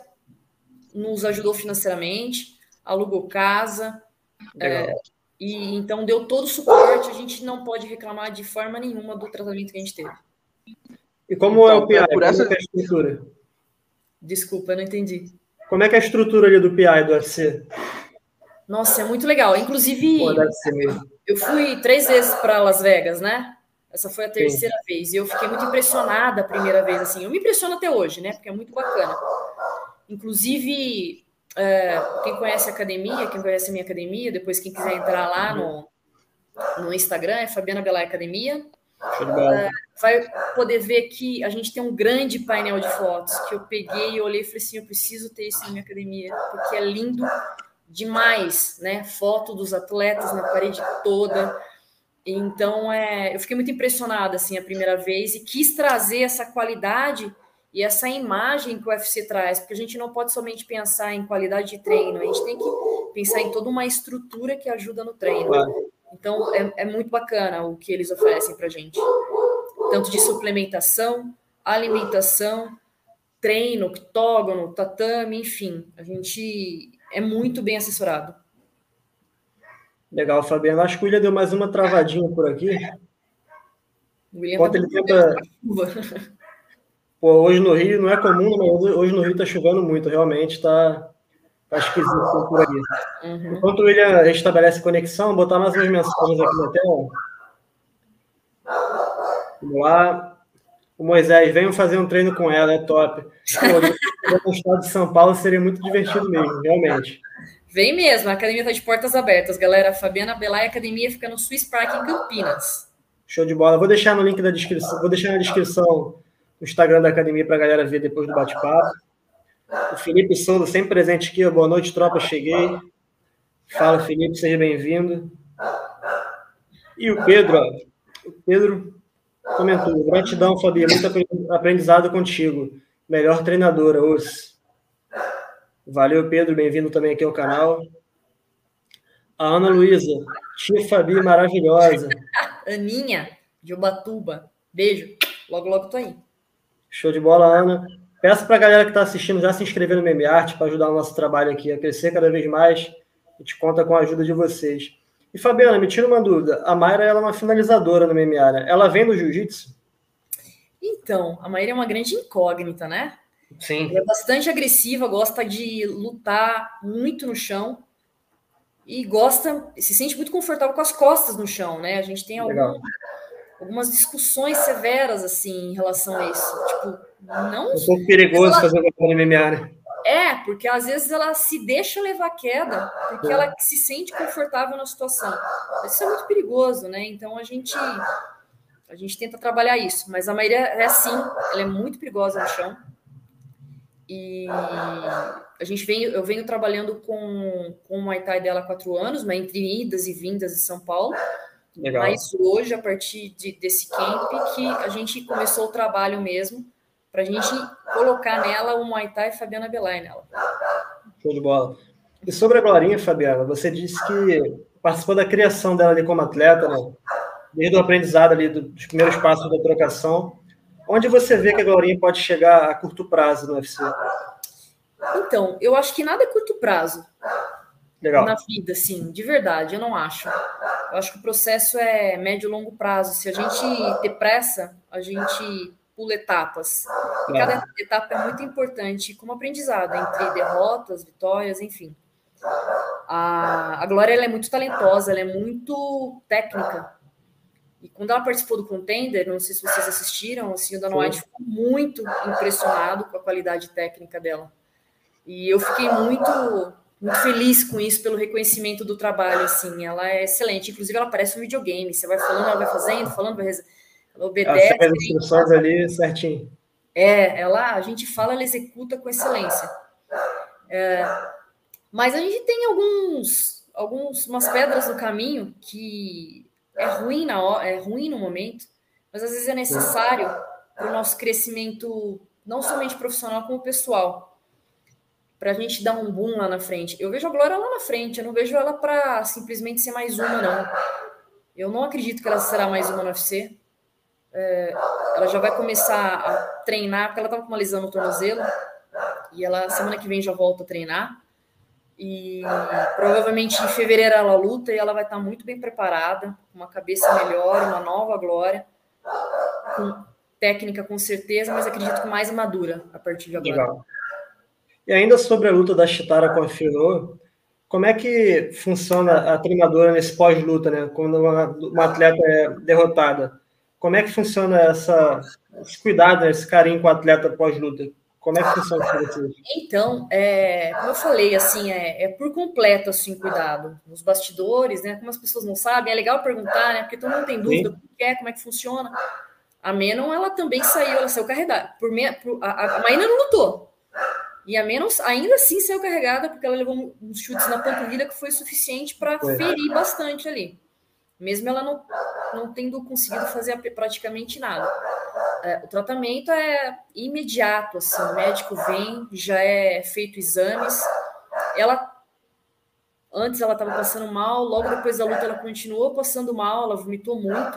nos ajudou financeiramente, alugou casa, é, e então deu todo o suporte. A gente não pode reclamar de forma nenhuma do tratamento que a gente teve. E como então, é o P I? Por essa... Como é a estrutura? Desculpa, eu não entendi. Como é que é a estrutura ali do P I do U F C? Nossa, é muito legal. Inclusive, Pô, deve ser mesmo. Eu fui três vezes para Las Vegas, né? Essa foi a terceira Sim. vez. E eu fiquei muito impressionada a primeira vez, assim. Eu me impressiono até hoje, né? Porque é muito bacana. Inclusive, é, quem conhece a academia, quem conhece a minha academia, depois quem quiser entrar lá no, no Instagram, é Fabiana Belay Academia. Uh, vai poder ver que a gente tem um grande painel de fotos que eu peguei e olhei e falei assim, eu preciso ter isso na minha academia, porque é lindo demais, né? Foto dos atletas na parede toda. Então, é, eu fiquei muito impressionada, assim, a primeira vez e quis trazer essa qualidade e essa imagem que o U F C traz, porque a gente não pode somente pensar em qualidade de treino, a gente tem que pensar em toda uma estrutura que ajuda no treino. Claro. Então, é, é muito bacana o que eles oferecem para a gente. Tanto de suplementação, alimentação, treino, octógono, tatame, enfim. A gente é muito bem assessorado. Legal, Fabiano. Acho que o William deu mais uma travadinha por aqui. O William Enquanto tá ele tenta... Pô, hoje no Rio, não é comum, mas hoje no Rio está chovendo muito. Realmente está... Tá esquisito por aí. Uhum. Enquanto o William restabelece a conexão, vou botar mais umas mensagens aqui na tela. Vamos lá. O Moisés, venham fazer um treino com ela, é top. Pô, no estado de São Paulo seria muito divertido mesmo, realmente. Vem mesmo, a academia está de portas abertas, galera. A Fabiana Belay Academia fica no Swiss Park em Campinas. Show de bola. Vou deixar no link da descrição, vou deixar na descrição o Instagram da academia para a galera ver depois do bate-papo. O Felipe Souza, sempre presente aqui. Boa noite, tropa, cheguei. Fala, Felipe, seja bem-vindo. E o Pedro, ó. O Pedro comentou, gratidão, Fabi, muito aprendizado contigo. Melhor treinadora, os. Valeu, Pedro, bem-vindo também aqui ao canal. A Ana Luísa, tia Fabi, maravilhosa. Aninha, de Ubatuba. Beijo, logo, logo tô aí. Show de bola, Ana. Peço para a galera que está assistindo já se inscrever no Meme Art para ajudar o nosso trabalho aqui a crescer cada vez mais. A gente conta com a ajuda de vocês. E, Fabiana, me tira uma dúvida. A Mayra ela é uma finalizadora no Meme Art. Ela vem do jiu-jitsu? Então, a Mayra é uma grande incógnita, né? Sim. Ela é bastante agressiva, gosta de lutar muito no chão e gosta, se sente muito confortável com as costas no chão, né? A gente tem algum, algumas discussões severas, assim, em relação a isso. Tipo, não... É um pouco perigoso ela... fazer uma no M M A, né? É, porque às vezes ela se deixa levar queda porque é. ela se sente confortável na situação. Isso é muito perigoso, né? Então a gente a gente tenta trabalhar isso. Mas a Maíra é assim, ela é muito perigosa no chão. E a gente vem, eu venho trabalhando com, com o Muay Thai dela há quatro anos, mas entre idas e vindas em São Paulo. Legal. Mas hoje, a partir de, desse camp, que a gente começou o trabalho mesmo, para a gente colocar nela o Muay Thai Fabiana Belay nela. Show de bola. E sobre a Glorinha, Fabiana, você disse que participou da criação dela ali como atleta, né? Desde o aprendizado ali dos primeiros passos da trocação. Onde você vê que a Glorinha pode chegar a curto prazo no U F C? Então, eu acho que nada é curto prazo. Legal. Na vida, sim, de verdade, eu não acho. Eu acho que o processo é médio e longo prazo. Se a gente ter pressa, a gente pula etapas. E cada etapa é muito importante como aprendizado, entre derrotas, vitórias, enfim. A, a Glória ela é muito talentosa, ela é muito técnica. E quando ela participou do Contender, não sei se vocês assistiram, assim, o Dana White ficou muito impressionado com a qualidade técnica dela. E eu fiquei muito, muito feliz com isso, pelo reconhecimento do trabalho, assim. Ela é excelente. Inclusive, ela parece um videogame. Você vai falando, ela vai fazendo, falando, vai res... ela obedece. Ela as instruções ali certinho. É, ela, a gente fala, ela executa com excelência. É, mas a gente tem alguns, alguns, umas pedras no caminho que é ruim, na hora, é ruim no momento, mas às vezes é necessário para o nosso crescimento, não somente profissional, como pessoal. Para a gente dar um boom lá na frente. Eu vejo a Glória lá na frente, eu não vejo ela para simplesmente ser mais uma, não. Eu não acredito que ela será mais uma no U F C. É, ela já vai começar a treinar, porque ela estava com uma lesão no tornozelo, e ela, semana que vem, já volta a treinar. E provavelmente em fevereiro ela luta e ela vai estar muito bem preparada, com uma cabeça melhor, uma nova Glória, com técnica com certeza, mas acredito que mais madura a partir de agora. Legal. E ainda sobre a luta da Chitara com a Fiorot, como é que funciona a treinadora nesse pós-luta, né? Quando uma, uma atleta é derrotada? Como é que funciona essa, esse cuidado, né? Esse carinho com o atleta pós-luta? Como é que funciona isso? Então, é, como eu falei, assim, é, é por completo, assim, cuidado. Nos bastidores, né? Como as pessoas não sabem, é legal perguntar, né? Porque todo mundo tem dúvida do que é, como é que funciona. A Menon, ela também saiu, ela saiu carregada. Por me, por, a, a Maína não lutou. E a Menon ainda assim saiu carregada, porque ela levou uns chutes na panturrilha que foi suficiente para ferir bastante ali. Mesmo ela não, não tendo conseguido fazer praticamente nada. É, o tratamento é imediato, assim, o médico vem, já é feito exames. Ela, antes ela estava passando mal, logo depois da luta ela continuou passando mal, ela vomitou muito,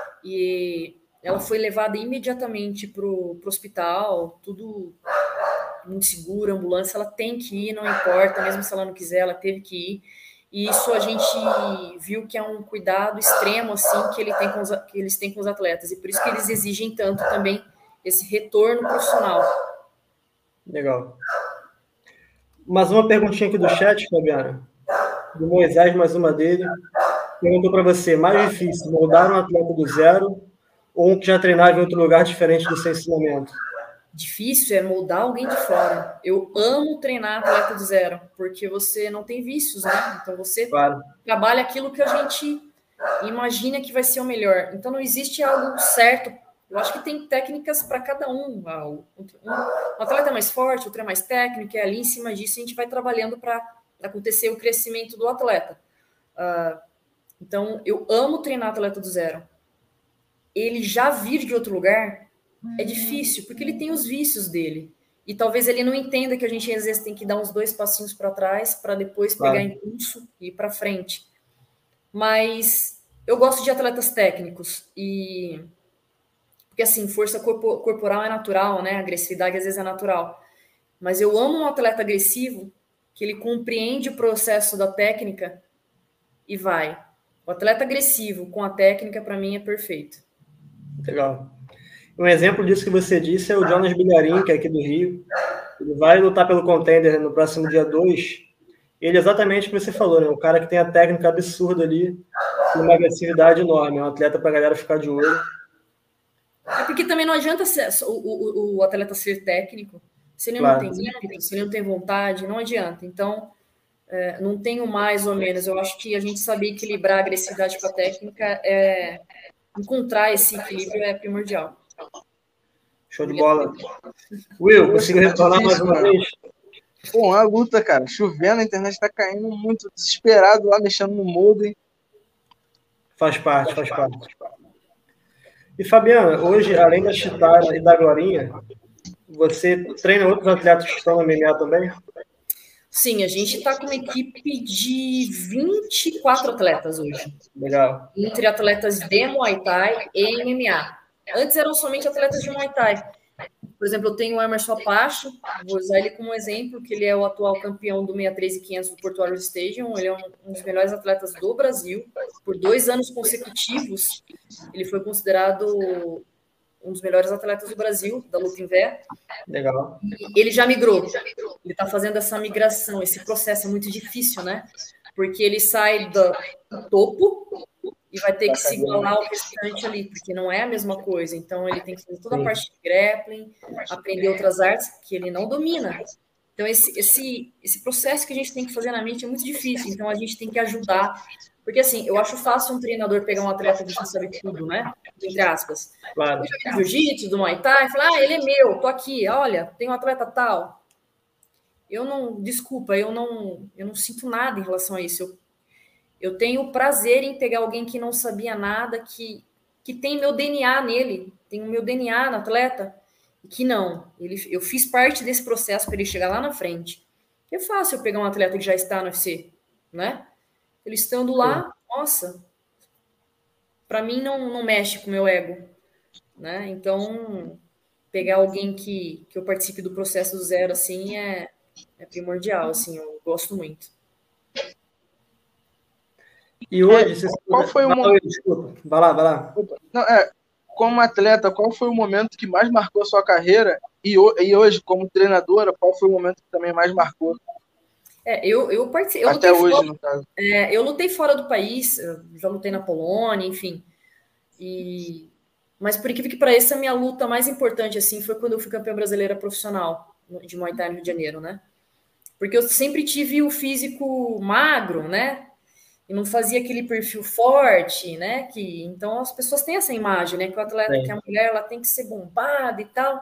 e ela foi levada imediatamente para o hospital, tudo muito seguro, ambulância, ela tem que ir, não importa, mesmo se ela não quiser, ela teve que ir. E isso a gente viu que é um cuidado extremo, assim, que, ele tem com os, que eles têm com os atletas. E por isso que eles exigem tanto também esse retorno profissional. Legal. Mais uma perguntinha aqui do chat, Fabiana. Do Moisés, mais uma dele. Perguntou para você, mais difícil, moldar um atleta do zero ou um que já treinava em outro lugar diferente do seu ensinamento? Difícil é moldar alguém de fora. Eu amo treinar atleta do zero, porque você não tem vícios, né? Então você claro. trabalha aquilo que a gente imagina que vai ser o melhor. Então não existe algo certo. Eu acho que tem técnicas para cada um. Um atleta é mais forte, outro é mais técnico, e ali em cima disso a gente vai trabalhando para acontecer o crescimento do atleta. Uh, então eu amo treinar atleta do zero. Ele já vir de outro lugar é difícil, porque ele tem os vícios dele. E talvez ele não entenda que a gente, às vezes, tem que dar uns dois passinhos para trás para depois pegar claro. impulso e ir para frente. Mas eu gosto de atletas técnicos. E... Porque, assim, força corpo... corporal é natural, né? A agressividade, às vezes, é natural. Mas eu amo um atleta agressivo que ele compreende o processo da técnica e vai. O atleta agressivo com a técnica, para mim, é perfeito. Legal. Um exemplo disso que você disse é o Jonas Bilharin, que é aqui do Rio. Ele vai lutar pelo Contender no próximo dia dois. Ele é exatamente o que você falou, né? Um cara que tem a técnica absurda ali, e uma agressividade enorme. É um atleta para a galera ficar de olho. É porque também não adianta ser, o, o, o atleta ser técnico se ele claro. não tem ímpeto, se ele não tem vontade, não adianta. Então, é, não tenho mais ou menos. Eu acho que a gente saber equilibrar a agressividade com a técnica, é, encontrar esse equilíbrio é primordial. Show de bola. Will, conseguiu retornar mais uma vez? Pô, uma luta, cara. Chovendo, a internet tá caindo muito. Desesperado lá, mexendo no modem. Faz parte, faz parte. E, Fabiana, hoje, além da Chitara e da Glorinha, você treina outros atletas que estão no M M A também? Sim, a gente está com uma equipe de vinte e quatro atletas hoje. Legal. Entre atletas de Muay Thai e M M A. Antes eram somente atletas de Muay Thai. Por exemplo, eu tenho o Emerson Apache, vou usar ele como exemplo, que ele é o atual campeão do sessenta e três e quinhentos do Porto Alegre Stadium. Ele é um, um dos melhores atletas do Brasil. Por dois anos consecutivos, ele foi considerado um dos melhores atletas do Brasil, da luta em vé. Legal. E ele já migrou. Ele está fazendo essa migração. Esse processo é muito difícil, né? Porque ele sai do topo e vai ter que se igualar ao restante ali, porque não é a mesma coisa. Então, ele tem que fazer toda a parte de grappling, aprender outras artes que ele não domina. Então, esse, esse, esse processo que a gente tem que fazer na mente é muito difícil. Então, a gente tem que ajudar. Porque, assim, eu acho fácil um treinador pegar um atleta que já sabe tudo, né? Entre aspas. Claro. Eu já vi do jiu-jitsu, do Muay Thai, falar, ah, ele é meu, tô aqui, olha, tem um atleta tal. Eu não, desculpa, eu não, eu não sinto nada em relação a isso. Eu, eu tenho prazer em pegar alguém que não sabia nada, que, que tem meu D N A nele, tem o meu D N A no atleta, e que não. Ele, eu fiz parte desse processo para ele chegar lá na frente. É fácil eu pegar um atleta que já está no U F C, né? Ele estando lá, nossa, para mim não, não mexe com o meu ego, né? Então, pegar alguém que, que eu participe do processo do zero, assim, é, é primordial, assim, eu gosto muito. E hoje, você... qual foi o momento... Desculpa, vai lá, vai lá. Não, é, como atleta, qual foi o momento que mais marcou a sua carreira? E, e hoje, como treinadora, qual foi o momento que também mais marcou? É, eu, eu participei. Eu Até hoje, fora, no caso. É, eu lutei fora do país, já lutei na Polônia, enfim. E, mas por incrível que pareça, a minha luta mais importante assim foi quando eu fui campeã brasileira profissional de Muay Thai no Rio de Janeiro, né? Porque eu sempre tive o físico magro, né? E não fazia aquele perfil forte, né? Que então as pessoas têm essa imagem, né? Que o atleta, que a mulher, ela tem que ser bombada e tal,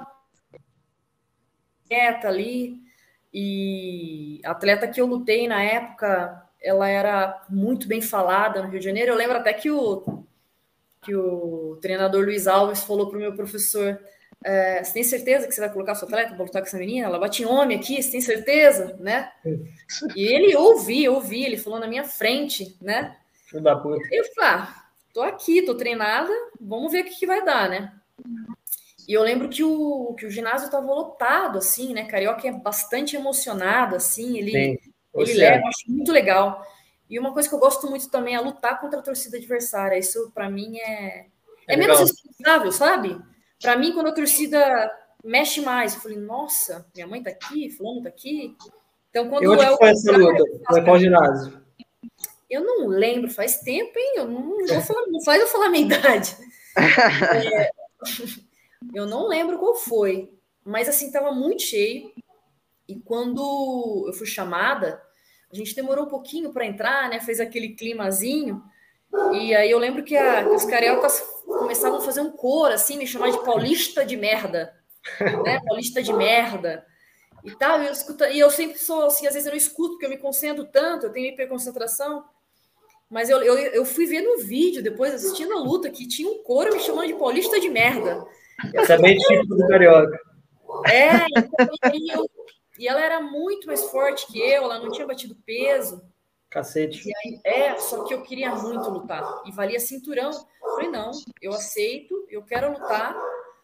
quieta ali. E a atleta que eu lutei na época, ela era muito bem falada no Rio de Janeiro. Eu lembro até que o, que o treinador Luiz Alves falou para o meu professor, é, você tem certeza que você vai colocar sua atleta para lutar com essa menina? Ela bate em homem aqui, você tem certeza? Né? E ele ouvi, ouvi, ele falou na minha frente, né? Filho da puta. Eu falei, ah, tô aqui, tô treinada, vamos ver o que, que vai dar, né? E eu lembro que o, que o ginásio estava lotado, assim, né? Carioca é bastante emocionado, assim, ele, ele leva, eu acho muito legal. E uma coisa que eu gosto muito também é lutar contra a torcida adversária. Isso, para mim, é, é, é menos responsável, sabe? Para mim, quando a torcida mexe mais, eu falei, nossa, minha mãe tá aqui, fulano tá aqui. Então, quando e onde é o foi essa luta? Foi qual ginásio? Eu não lembro, faz tempo, hein? Eu não, não, vou falar, não faz eu falar a minha idade. É... Eu não lembro qual foi, mas assim, tava muito cheio. E quando eu fui chamada, a gente demorou um pouquinho para entrar, né? Fez aquele climazinho. E aí eu lembro que, a, que os cariocas começavam a fazer um coro, assim, me chamar de paulista de merda, né? Paulista de merda. E tal, e eu, escuto, e eu sempre sou assim, às vezes eu não escuto, porque eu me concentro tanto, eu tenho hiperconcentração. Mas eu, eu, eu fui ver no vídeo, depois assistindo a luta, que tinha um coro me chamando de paulista de merda. Isso é bem típico do carioca. É, então, e, eu, e ela era muito mais forte que eu, ela não tinha batido peso. Cacete. E aí, é, só que eu queria muito lutar. E valia cinturão. Eu falei, não, eu aceito, eu quero lutar.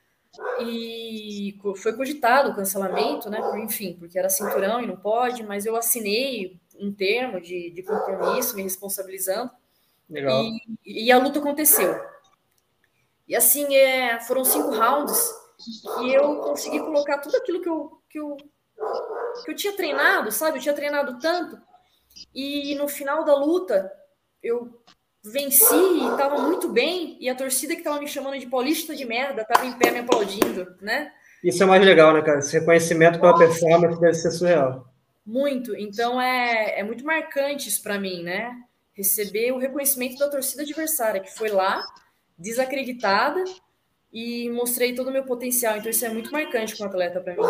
E foi cogitado o cancelamento, né? Enfim, porque era cinturão e não pode, mas eu assinei um termo de, de compromisso, me responsabilizando. Legal. E, e a luta aconteceu. E assim, é, foram cinco rounds que eu consegui colocar tudo aquilo que eu, que eu, que eu tinha treinado, sabe? Eu tinha treinado tanto. E no final da luta, eu venci e estava muito bem. E a torcida que estava me chamando de paulista de merda estava em pé me aplaudindo, né? Isso é mais legal, né, cara? Esse reconhecimento pela performance deve ser surreal. Muito. Então, é, é muito marcante isso para mim, né? Receber o reconhecimento da torcida adversária, que foi lá, desacreditada, e mostrei todo o meu potencial. Então, isso é muito marcante como atleta para mim.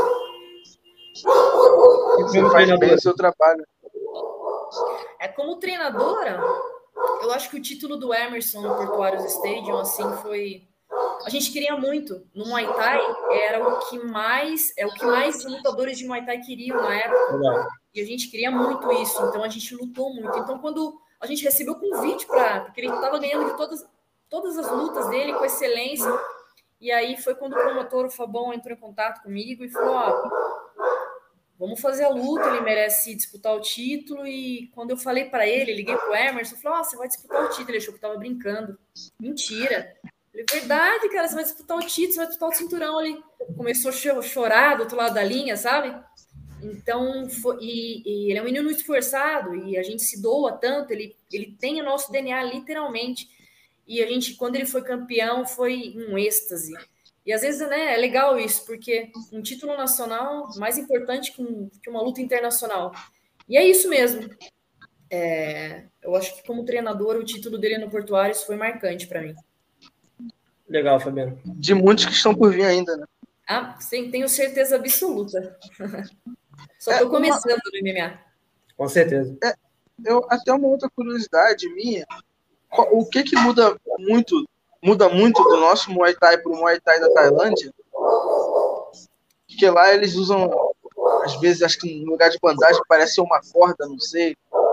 Você faz bem o seu trabalho. É como treinadora, Eu acho que o título do Emerson no Portuários Stadium, assim, foi... A gente queria muito. No Muay Thai era o que mais... É o que mais lutadores de Muay Thai queriam na época. Legal. E a gente queria muito isso. Então, a gente lutou muito. Então, quando a gente recebeu o convite para... Porque ele estava ganhando de todas, todas as lutas dele com excelência. E aí foi quando o promotor, o Fabão, entrou em contato comigo e falou, ó, vamos fazer a luta, ele merece disputar o título. E quando eu falei para ele, liguei pro Emerson, falou, ó, você vai disputar o título. Ele achou que eu tava brincando. Mentira. Eu falei, verdade, cara, você vai disputar o título, você vai disputar o cinturão. Ele começou a chorar do outro lado da linha, sabe? Então, foi, e, e ele é um menino esforçado e a gente se doa tanto, ele, ele tem o nosso D N A literalmente. E a gente, quando ele foi campeão, foi um êxtase. E às vezes, né, é legal isso, porque um título nacional mais importante que, um, que uma luta internacional. E é isso mesmo. É, eu acho que como treinador, o título dele no Portuários foi marcante para mim. Legal, Fabiano. De muitos que estão por vir ainda, né? Ah, sim, tenho certeza absoluta. Só estou É, começando uma... no M M A. Com certeza. É, eu, até uma outra curiosidade minha, o que que muda muito, muda muito do nosso Muay Thai para o Muay Thai da Tailândia? Porque lá eles usam, às vezes, acho que no lugar de bandagem parece ser uma corda, não sei.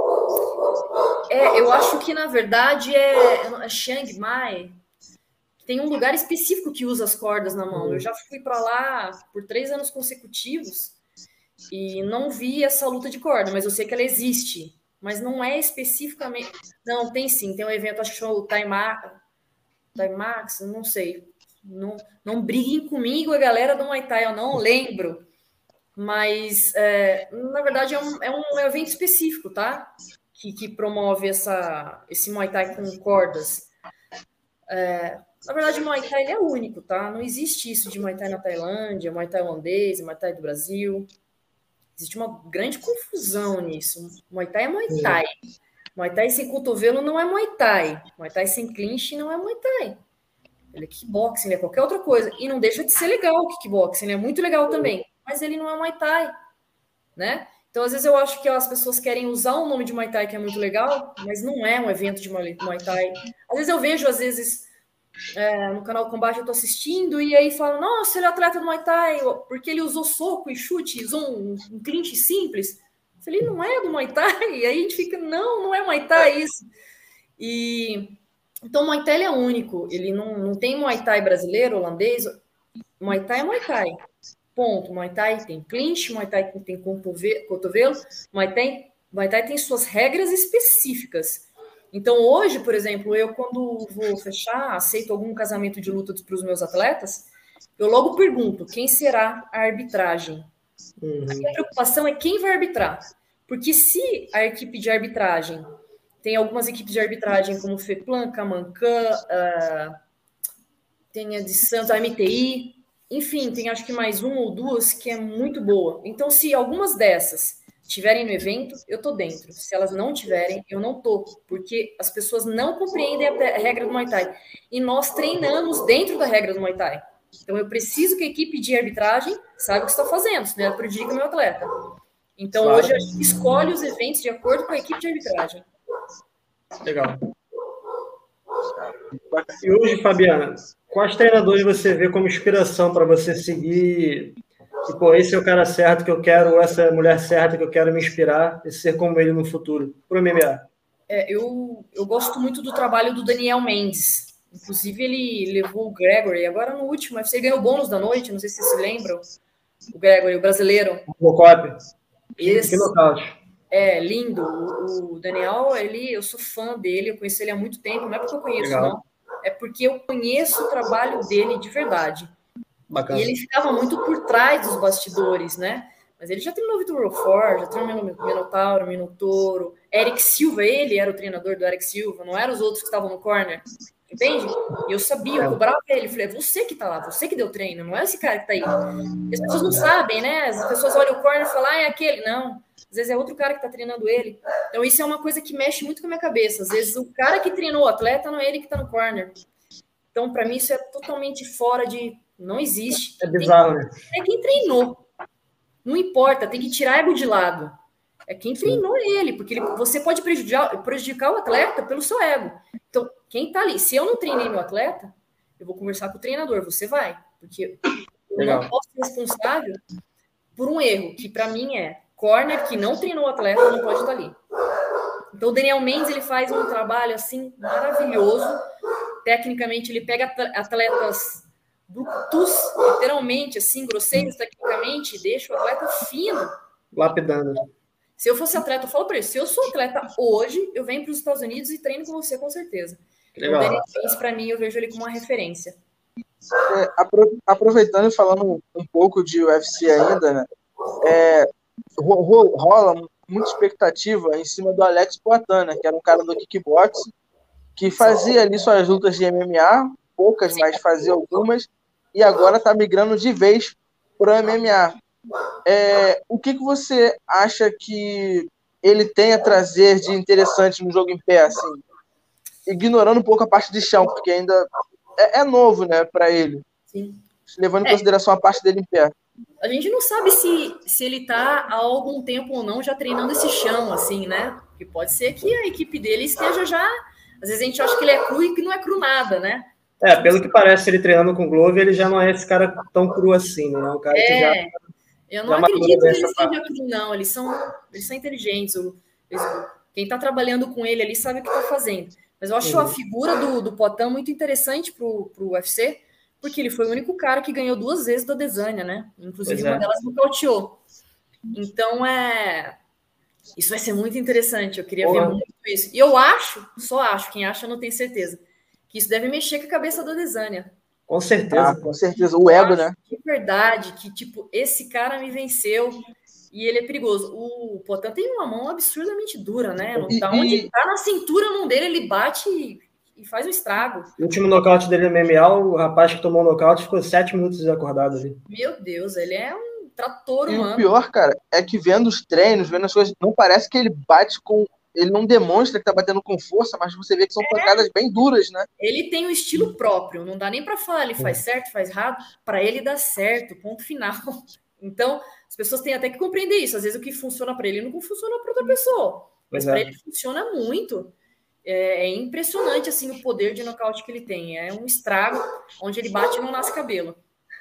É, eu acho que, na verdade, é, é Chiang Mai. Tem um lugar específico que usa as cordas na mão. Eu já fui para lá por três anos consecutivos e não vi essa luta de corda, mas eu sei que ela existe. Mas não é especificamente... Não, tem sim. Tem um evento, acho que chama o Timax, Timax, não sei. Não, não briguem comigo, a galera do Muay Thai, eu não lembro. Mas, é, na verdade, é um, é um evento específico, tá? Que, que promove essa, esse Muay Thai com cordas. É, na verdade, o Muay Thai ele é único, tá? Não existe isso de Muay Thai na Tailândia, Muay Thai holandês, Muay Thai do Brasil. Existe uma grande confusão nisso. Muay Thai é Muay Thai. Muay Thai sem cotovelo não é Muay Thai. Muay Thai sem clinch não é Muay Thai. Ele é kickboxing, ele é qualquer outra coisa. E não deixa de ser legal o kickboxing, ele é muito legal também. Mas ele não é Muay Thai, né? Então, às vezes eu acho que as pessoas querem usar o nome de Muay Thai, que é muito legal, mas não é um evento de Muay Thai. Às vezes eu vejo, às vezes, é, no canal Combate eu tô assistindo, e aí falam, nossa, ele é atleta do Muay Thai, porque ele usou soco e chute, usou um, um clinch simples. Eu falei, não é do Muay Thai? E aí a gente fica, não, não é Muay Thai isso. E... Então, o Muay Thai ele é único, ele não, não tem Muay Thai brasileiro, holandês, Muay Thai é Muay Thai. Ponto. Muay Thai tem clinch, Muay Thai tem cotovelo, Muay Thai, Muay Thai tem suas regras específicas. Então, hoje, por exemplo, eu quando vou fechar, aceito algum casamento de luta para os meus atletas, eu logo pergunto, quem será a arbitragem? Uhum. A minha preocupação é quem vai arbitrar. Porque se a equipe de arbitragem, tem algumas equipes de arbitragem como FEPLAN, Camancã, uh, tem a de Santos, a M T I, enfim, tem acho que mais uma ou duas que é muito boa. Então, se algumas dessas tiverem no evento, eu tô dentro. Se elas não tiverem, eu não tô. Porque as pessoas não compreendem a regra do Muay Thai. E nós treinamos dentro da regra do Muay Thai. Então, eu preciso que a equipe de arbitragem saiba o que está fazendo, senão ela prejudica o meu atleta. Então, claro. Hoje a gente escolhe os eventos de acordo com a equipe de arbitragem. Legal. E hoje, Fabiana, quais treinadores você vê como inspiração para você seguir? E, pô, esse é o cara certo que eu quero, ou essa é a mulher certa que eu quero me inspirar e ser como ele no futuro, pro M M A. É, eu, eu gosto muito do trabalho do Daniel Mendes. Inclusive, ele levou o Gregory, agora no último, você ganhou o bônus da noite, não sei se vocês se lembram. O Gregory, o brasileiro. O Cop. Esse... Que nocaute. É, lindo. O, o Daniel, ele, eu sou fã dele, eu conheço ele há muito tempo, não é porque eu conheço, Legal. Não. É porque eu conheço o trabalho dele de verdade. Bacana. E ele ficava muito por trás dos bastidores, né? Mas ele já treinou o Vitor Rofor, já treinou o Minotauro, Minotouro. Eric Silva, ele era o treinador do Eric Silva, não eram os outros que estavam no corner. Entende? E eu sabia, eu cobrava ele. Falei, é você que tá lá, você que deu treino, não é esse cara que tá aí. E as pessoas não sabem, né? As pessoas olham o corner e falam, ah, é aquele. Não. Às vezes é outro cara que tá treinando ele. Então isso é uma coisa que mexe muito com a minha cabeça. Às vezes o cara que treinou o atleta não é ele que tá no corner. Então, para mim, isso é totalmente fora de... Não existe. É bizarro, né? É quem treinou. Não importa, tem que tirar ego de lado. É quem treinou ele, porque ele, você pode prejudicar, prejudicar o atleta pelo seu ego. Então, quem tá ali, se eu não treinei meu atleta, eu vou conversar com o treinador, você vai, porque eu Legal. não posso ser responsável por um erro, que para mim é corner que não treinou o atleta, não pode estar ali. Então, o Daniel Mendes, ele faz um trabalho, assim, maravilhoso. Tecnicamente, ele pega atletas brutos, literalmente, assim, grosseiros tecnicamente, e deixa o atleta fino. Lapidando. Se eu fosse atleta, eu falo para ele, se eu sou atleta hoje, eu venho para os Estados Unidos e treino com você, com certeza. Legal. O Daniel Mendes, para mim, eu vejo ele como uma referência. É, apro- aproveitando e falando um pouco de U F C ainda, né? É, ro- ro- rola muita expectativa em cima do Alex Poatan, né? Que era um cara do kickboxing, que fazia ali suas lutas de M M A, poucas, mas fazia algumas, e agora está migrando de vez para o M M A. É, o que, que você acha que ele tem a trazer de interessante no jogo em pé, assim? Ignorando um pouco a parte de chão, porque ainda é, é novo, né, para ele. Sim. Levando em É. consideração a parte dele em pé. A gente não sabe se, se ele tá há algum tempo ou não já treinando esse chão, assim, né? Porque pode ser que a equipe dele esteja já... Às vezes a gente acha que ele é cru e que não é cru nada, né? É, pelo que parece, ele treinando com o Glover, ele já não é esse cara tão cru assim, né? É um cara é, que já... Eu não já acredito que ele essa esteja cru, não. Eles são, eles são inteligentes. O, eles, quem tá trabalhando com ele ali sabe o que tá fazendo. Mas eu acho Uhum. a figura do, do Poatan muito interessante pro, pro U F C, porque ele foi o único cara que ganhou duas vezes da Adesanya, né? Inclusive, Pois é. uma delas nocauteou. Então, é... Isso vai ser muito interessante. Eu queria Porra. ver muito isso. E eu acho, só acho, quem acha não tem certeza, que isso deve mexer com a cabeça da Adesanya. Com certeza. Ah, com certeza. O ego, né? De verdade, que, tipo, esse cara me venceu e ele é perigoso. O Poatan tem uma mão absurdamente dura, né? E- Da onde e- tá na cintura, a mão dele, ele bate e, e faz um estrago. O último nocaute dele no M M A, o rapaz que tomou o nocaute ficou sete minutos desacordado ali. Meu Deus, ele é um trator E o humano. pior, cara, é que vendo os treinos, vendo as coisas, não parece que ele bate com. Ele não demonstra que tá batendo com força, mas você vê que são pancadas bem duras, né? Ele tem um estilo próprio, não dá nem para falar, ele faz certo, faz errado, para ele dá certo, ponto final. Então, as pessoas têm até que compreender isso. Às vezes o que funciona para ele não funciona para outra pessoa, mas Pois é. para ele funciona muito. É, é impressionante assim o poder de nocaute que ele tem. É um estrago onde ele bate e não nasce cabelo.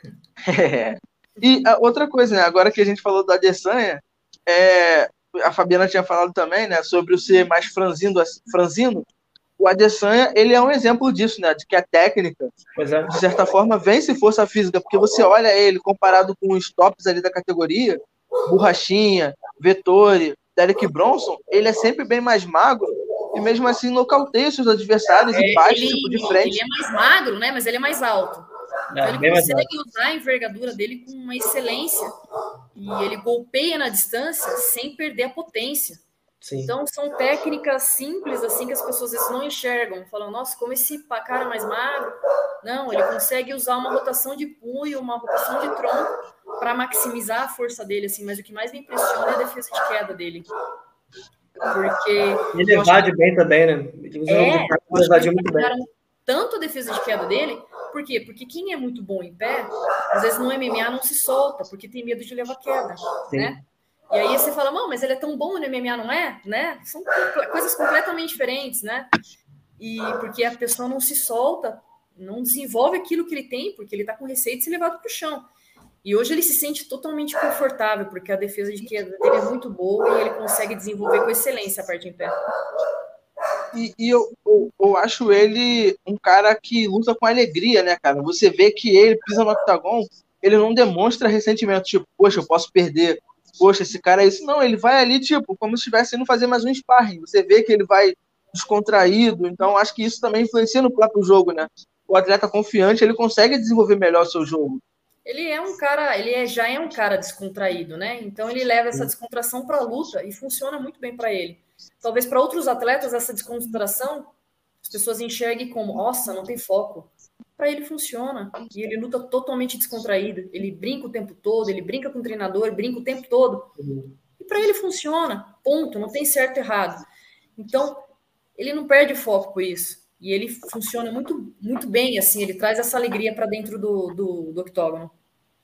É. E a outra coisa, né? Agora que a gente falou da Adesanya, é, a Fabiana tinha falado também, né? Sobre o ser mais franzino, franzino. O Adesanya, ele é um exemplo disso, né? De que a técnica, Pois é. de certa forma, vence força física, porque você olha ele comparado com os tops ali da categoria, Borrachinha, Vettori, Derek Bronson, ele é sempre bem mais magro e mesmo assim nocauteia seus adversários e bate ele, tipo de frente. ele é mais magro, né? Mas ele é mais alto. Então É, ele bem mais consegue usar a envergadura dele com uma excelência. E ele golpeia na distância sem perder a potência. Sim. Então, são técnicas simples, assim, que as pessoas às vezes não enxergam. Falam, nossa, como esse cara é mais magro. Não, ele consegue usar uma rotação de punho, uma rotação de tronco para maximizar a força dele, assim. Mas o que mais me impressiona é a defesa de queda dele. Porque... Ele evade bem também, né? Ele usa É, um jogo de evadiu muito bem. tanto a defesa de queda dele, por quê? Porque quem é muito bom em pé, às vezes no M M A não se solta, porque tem medo de levar queda, Sim. né? E aí você fala, não, mas ele é tão bom no M M A, não é? Né? São coisas completamente diferentes, né? E porque a pessoa não se solta, não desenvolve aquilo que ele tem, porque ele tá com receio de ser levado para o chão. E hoje ele se sente totalmente confortável, porque a defesa de queda dele é muito boa e ele consegue desenvolver com excelência a parte em pé. E, e eu, eu, eu acho ele um cara que luta com alegria, né, cara? Você vê que ele pisa no octagon, ele não demonstra ressentimento, tipo, poxa, eu posso perder, poxa, esse cara é isso. Não, ele vai ali, tipo, como se estivesse indo fazer mais um sparring. Você vê que ele vai descontraído, então acho que isso também influencia no próprio jogo, né? O atleta confiante, ele consegue desenvolver melhor o seu jogo. Ele é um cara, ele é, já é um cara descontraído, né? Então ele leva essa descontração para a luta e funciona muito bem para ele. Talvez para outros atletas essa descontração as pessoas enxerguem como, nossa, não tem foco. Para ele funciona e ele luta totalmente descontraído. Ele brinca o tempo todo, ele brinca com o treinador, brinca o tempo todo. E para ele funciona, ponto, não tem certo e errado. Então ele não perde foco com isso. E ele funciona muito, muito bem, assim, ele traz essa alegria para dentro do, do, do octógono.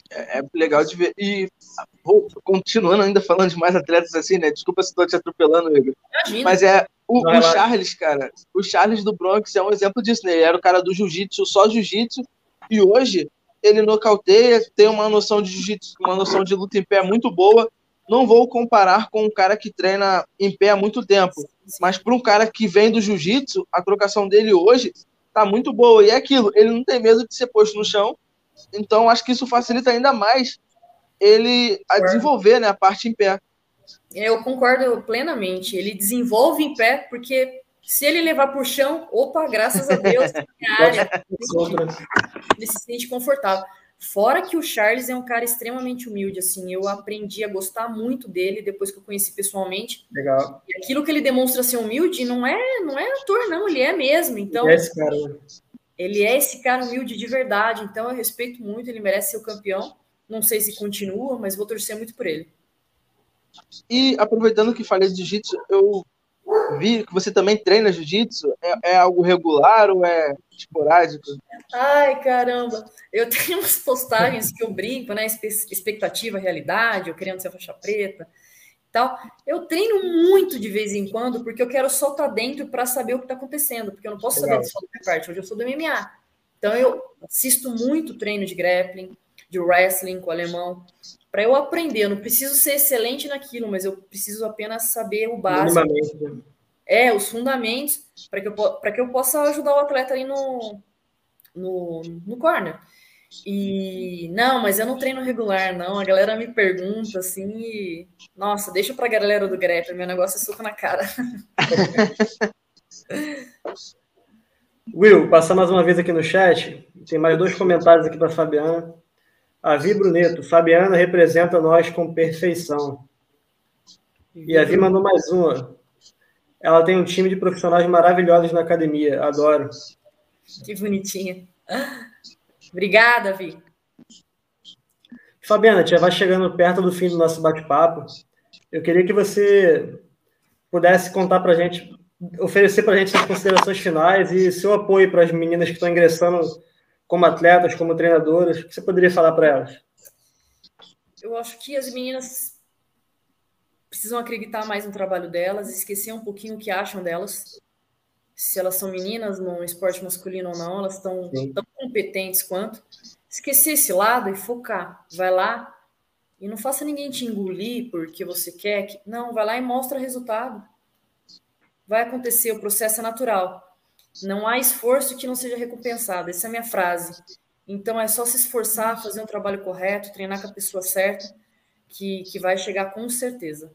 É, é legal de ver. E vou, continuando ainda falando de mais atletas assim, né? Desculpa se estou te atropelando, Igor. Imagina. Mas é o, Vai o lá. Charles, cara. O Charles do Bronx é um exemplo disso, né? Ele era o cara do jiu-jitsu, só jiu-jitsu. E hoje ele nocauteia, tem uma noção de jiu-jitsu, uma noção de luta em pé muito boa. Não vou comparar com um cara que treina em pé há muito tempo. Mas para um cara que vem do jiu-jitsu, a trocação dele hoje tá muito boa. E é aquilo, ele não tem medo de ser posto no chão. Então, acho que isso facilita ainda mais ele a desenvolver, né, a parte em pé. Eu concordo plenamente. Ele desenvolve em pé, porque se ele levar por chão, opa, graças a Deus, minha área, ele se sente confortável. Fora que o Charles é um cara extremamente humilde, assim, eu aprendi a gostar muito dele depois que eu conheci pessoalmente. Legal. E aquilo que ele demonstra ser humilde não é, não é ator, não, ele é mesmo. Então, É esse cara, né? ele é esse cara humilde de verdade, então eu respeito muito, ele merece ser o campeão. Não sei se continua, mas vou torcer muito por ele. E aproveitando que falei de jiu-jitsu, eu vi que você também treina jiu-jitsu. É, é algo regular ou é esporádico? Ai, caramba. Eu tenho umas postagens que eu brinco, né? Expectativa, realidade, eu querendo ser faixa preta e tal. Eu treino muito de vez em quando, porque eu quero só estar dentro para saber o que está acontecendo, porque eu não posso Legal. saber só da minha parte. Hoje eu sou do M M A. Então eu assisto muito treino de grappling, de wrestling com o alemão, para eu aprender. Eu não preciso ser excelente naquilo, mas eu preciso apenas saber o básico. Minimamente. É, os fundamentos, para que, eu, para que eu possa ajudar o atleta aí no, no, no corner. E não, mas eu não treino regular, não. A galera me pergunta assim, e, nossa, deixa pra galera do grappling, meu negócio é soco na cara. Will, passar mais uma vez aqui no chat. Tem mais dois comentários aqui para Fabiana. A Vi Bruneto, Fabiana representa nós com perfeição. E a Vi mandou mais uma. Ela tem um time de profissionais maravilhosos na academia. Adoro. Que bonitinha. Obrigada, Vi. Fabiana, já vai chegando perto do fim do nosso bate-papo. Eu queria que você pudesse contar para a gente, oferecer para a gente as considerações finais e seu apoio para as meninas que estão ingressando como atletas, como treinadoras. O que você poderia falar para elas? Eu acho que as meninas precisam acreditar mais no trabalho delas, esquecer um pouquinho o que acham delas. Se elas são meninas no esporte masculino ou não, elas estão tão competentes quanto. Esquecer esse lado e focar. Vai lá e não faça ninguém te engolir porque você quer. Que... Não, vai lá e mostra resultado. Vai acontecer, o processo é natural. Não há esforço que não seja recompensado. Essa é a minha frase. Então é só se esforçar, fazer um trabalho correto, treinar com a pessoa certa, que, que vai chegar com certeza.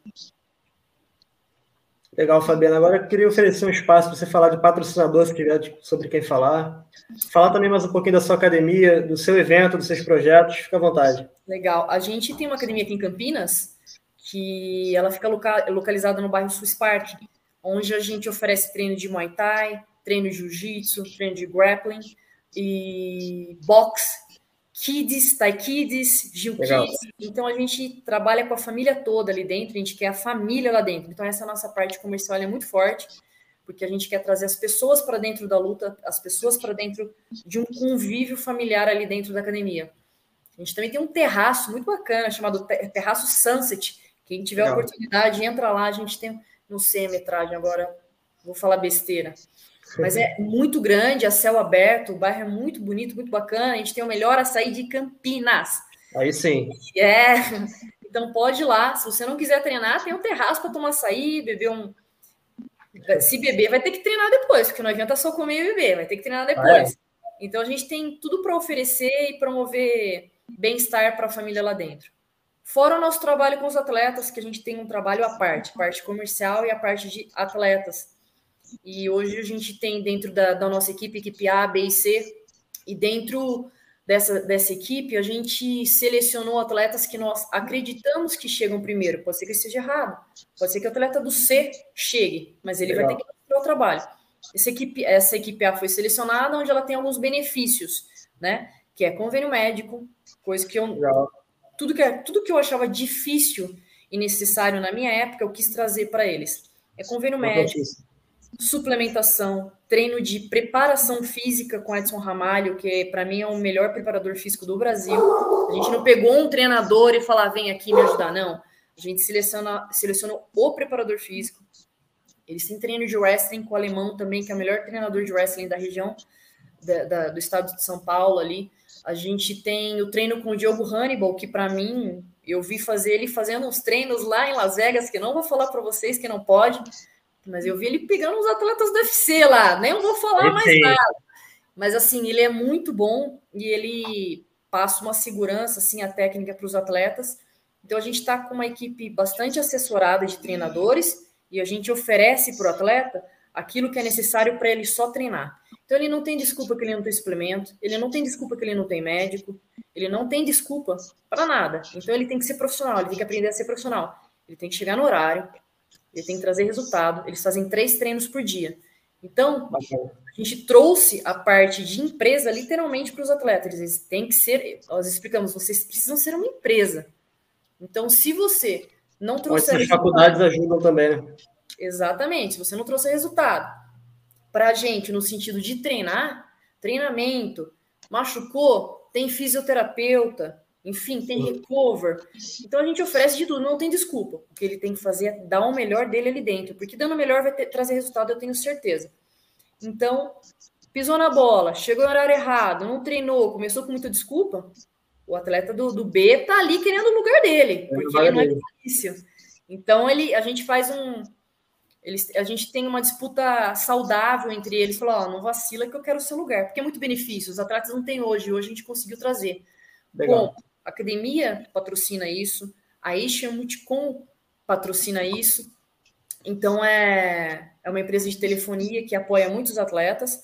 Legal, Fabiana. Agora eu queria oferecer um espaço para você falar de patrocinador, se tiver sobre quem falar. Falar também mais um pouquinho da sua academia, do seu evento, dos seus projetos. Fica à vontade. Legal. A gente tem uma academia aqui em Campinas, que ela fica loca- localizada no bairro Swiss Park, onde a gente oferece treino de Muay Thai, treino de Jiu-Jitsu, treino de grappling e boxe, Kids, Thai Kids, Jiu Kids. Então a gente trabalha com a família toda ali dentro, a gente quer a família lá dentro. Então essa nossa parte comercial é muito forte, porque a gente quer trazer as pessoas para dentro da luta, as pessoas para dentro de um convívio familiar ali dentro da academia. A gente também tem um terraço muito bacana, chamado Terraço Sunset. Quem tiver Legal. a oportunidade, entra lá. A gente tem, não sei a metragem agora, vou falar besteira. Mas é muito grande, a céu aberto, o bairro é muito bonito, muito bacana. A gente tem o melhor açaí de Campinas. Aí sim. É, então pode ir lá. Se você não quiser treinar, tem um terraço para tomar açaí, beber um... Se beber, vai ter que treinar depois, porque não adianta só comer e beber, vai ter que treinar depois. Ah, é? Então a gente tem tudo para oferecer e promover bem-estar para a família lá dentro. Fora o nosso trabalho com os atletas, que a gente tem um trabalho à parte, parte comercial e a parte de atletas. E hoje a gente tem dentro da, da nossa equipe, equipe A, B e C, e dentro dessa, dessa equipe a gente selecionou atletas que nós acreditamos que chegam primeiro. Pode ser que esteja errado, pode ser que o atleta do C chegue, mas ele Legal. vai ter que mostrar o trabalho. Essa equipe, essa equipe A foi selecionada onde ela tem alguns benefícios, né? Que é convênio médico, coisa que eu... Tudo que, tudo que eu achava difícil e necessário na minha época, eu quis trazer para eles. É convênio médico. suplementação, treino de preparação física com Edson Ramalho, que para mim é o melhor preparador físico do Brasil. A gente não pegou um treinador e falou, vem aqui me ajudar, não. A gente seleciona, selecionou o preparador físico. Eles têm treino de wrestling com o alemão também, que é o melhor treinador de wrestling da região, da, da, do estado de São Paulo ali. A gente tem o treino com o Diogo Hannibal, que para mim, eu vi fazer ele fazendo uns treinos lá em Las Vegas, que não vou falar para vocês que não pode, mas eu vi ele pegando os atletas do U F C lá, nem vou falar mais nada. Mas assim, ele é muito bom e ele passa uma segurança, assim, a técnica para os atletas. Então a gente está com uma equipe bastante assessorada de treinadores e a gente oferece para o atleta aquilo que é necessário para ele só treinar. Então ele não tem desculpa que ele não tem suplemento, ele não tem desculpa que ele não tem médico, ele não tem desculpa para nada. Então ele tem que ser profissional, ele tem que aprender a ser profissional. Ele tem que chegar no horário, ele tem que trazer resultado. Eles fazem três treinos por dia. Então, a gente trouxe a parte de empresa literalmente para os atletas. Eles têm que ser, nós explicamos, vocês precisam ser uma empresa. Então, se você não trouxer... As faculdades ajudam também, né? Exatamente. Se você não trouxer resultado para a gente, no sentido de treinar, treinamento, machucou, tem fisioterapeuta, enfim, tem recover. Então, a gente oferece de tudo, não tem desculpa. O que ele tem que fazer é dar o melhor dele ali dentro, porque dando o melhor vai ter, trazer resultado, eu tenho certeza. Então, pisou na bola, chegou no horário errado, não treinou, começou com muita desculpa, o atleta do, do B tá ali querendo o lugar dele, porque ele não é difícil. Então, ele, a gente faz um... Eles, a gente tem uma disputa saudável entre eles, falou, ó, não vacila que eu quero o seu lugar, porque é muito benefício, os atletas não têm hoje, hoje a gente conseguiu trazer. Legal. Bom, a academia patrocina isso, a Asian Multicom patrocina isso, então é, é uma empresa de telefonia que apoia muitos atletas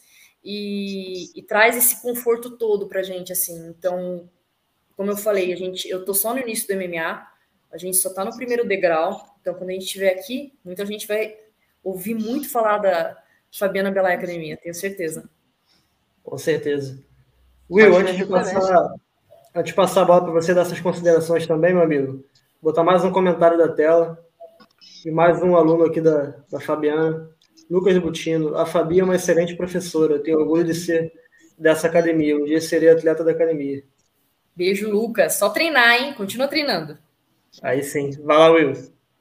e, e traz esse conforto todo pra gente, assim. Então, como eu falei, a gente, eu tô só no início do M M A, a gente só tá no primeiro degrau, então quando a gente estiver aqui, muita gente vai ouvir muito falar da Fabiana Belay Academia, tenho certeza. Com certeza. Will, antes de passar... Antes de passar a bola para você dar essas considerações também, meu amigo, vou botar mais um comentário da tela e mais um aluno aqui da, da Fabiana, Lucas Butino. A Fabi é uma excelente professora, tenho orgulho de ser dessa academia. Um dia serei atleta da academia. Beijo, Lucas. Só treinar, hein? Continua treinando. Aí sim. Vai lá, Will.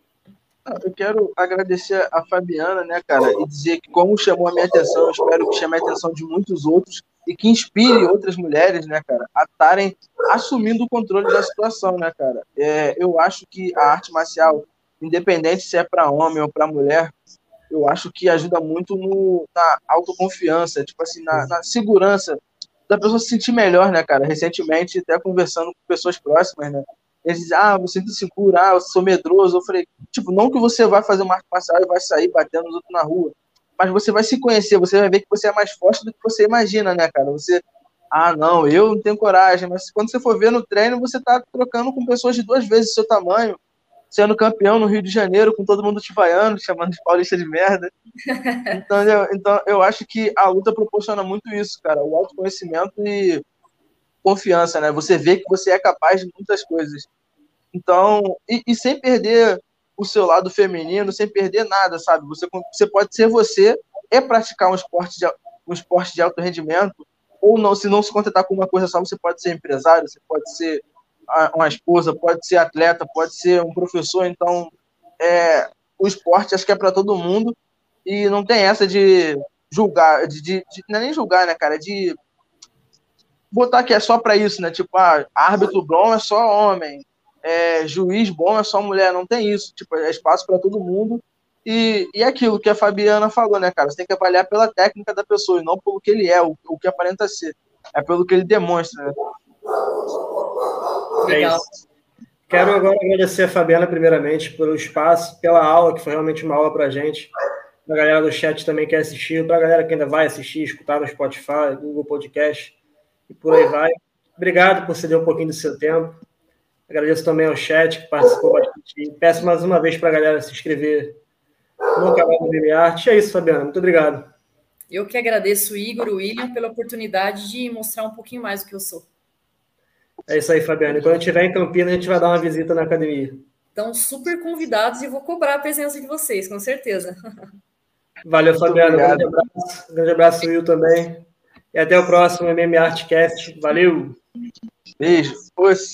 Eu quero agradecer a Fabiana, né, cara, e dizer que como chamou a minha atenção, eu espero que chame a atenção de muitos outros e que inspire outras mulheres, né, cara, a estarem assumindo o controle da situação, né, cara. É, eu acho que a arte marcial, independente se é para homem ou para mulher, eu acho que ajuda muito no, na autoconfiança, tipo assim, na, na segurança da pessoa se sentir melhor, né, cara. Recentemente, até conversando com pessoas próximas, né, eles dizem, ah, eu sinto inseguro, ah, eu sou medroso. Eu falei, tipo, não que você vai fazer uma arte marcial e vai sair batendo nos outros na rua, mas você vai se conhecer, você vai ver que você é mais forte do que você imagina, né, cara? Você, ah, não, eu não tenho coragem, mas quando você for ver no treino, você tá trocando com pessoas de duas vezes o seu tamanho, sendo campeão no Rio de Janeiro, com todo mundo te vaiando, chamando de paulista de merda. Então eu, então, eu acho que a luta proporciona muito isso, cara, o autoconhecimento e confiança, né? Você vê que você é capaz de muitas coisas. Então, e, e sem perder o seu lado feminino, sem perder nada, sabe? Você, você pode ser você e praticar um esporte, de, um esporte de alto rendimento, ou não, se não se contentar com uma coisa só, você pode ser empresário, você pode ser uma esposa, pode ser atleta, pode ser um professor. Então, é, o esporte acho que é para todo mundo e não tem essa de julgar, de, de, de, não é nem julgar, né, cara? De botar que é só para isso, né? Tipo, ah, árbitro bom é só homem, é, juiz bom é só mulher. Não tem isso. Tipo, é espaço para todo mundo. E, e é aquilo que a Fabiana falou, né, cara? Você tem que avaliar pela técnica da pessoa e não pelo que ele é, o, o que aparenta ser. É pelo que ele demonstra, né? Legal. É Quero agora agradecer a Fabiana, primeiramente, pelo espaço, pela aula, que foi realmente uma aula para a gente. Para a galera do chat também que assistiu, para a galera que ainda vai assistir, escutar no Spotify, Google Podcast e por aí vai. Obrigado por ceder um pouquinho do seu tempo. Agradeço também ao chat que participou bastante. E peço mais uma vez para a galera se inscrever no canal do M M A Arte. É isso, Fabiana. Muito obrigado. Eu que agradeço o Igor, o William, pela oportunidade de mostrar um pouquinho mais do que eu sou. É isso aí, Fabiana. E quando estiver em Campinas, a gente vai dar uma visita na academia. Estão super convidados e vou cobrar a presença de vocês, com certeza. Valeu, Fabiano. obrigado. Grande abraço. Grande abraço, Will, também. E até o próximo M M A Artcast. Valeu! Beijo. Oi.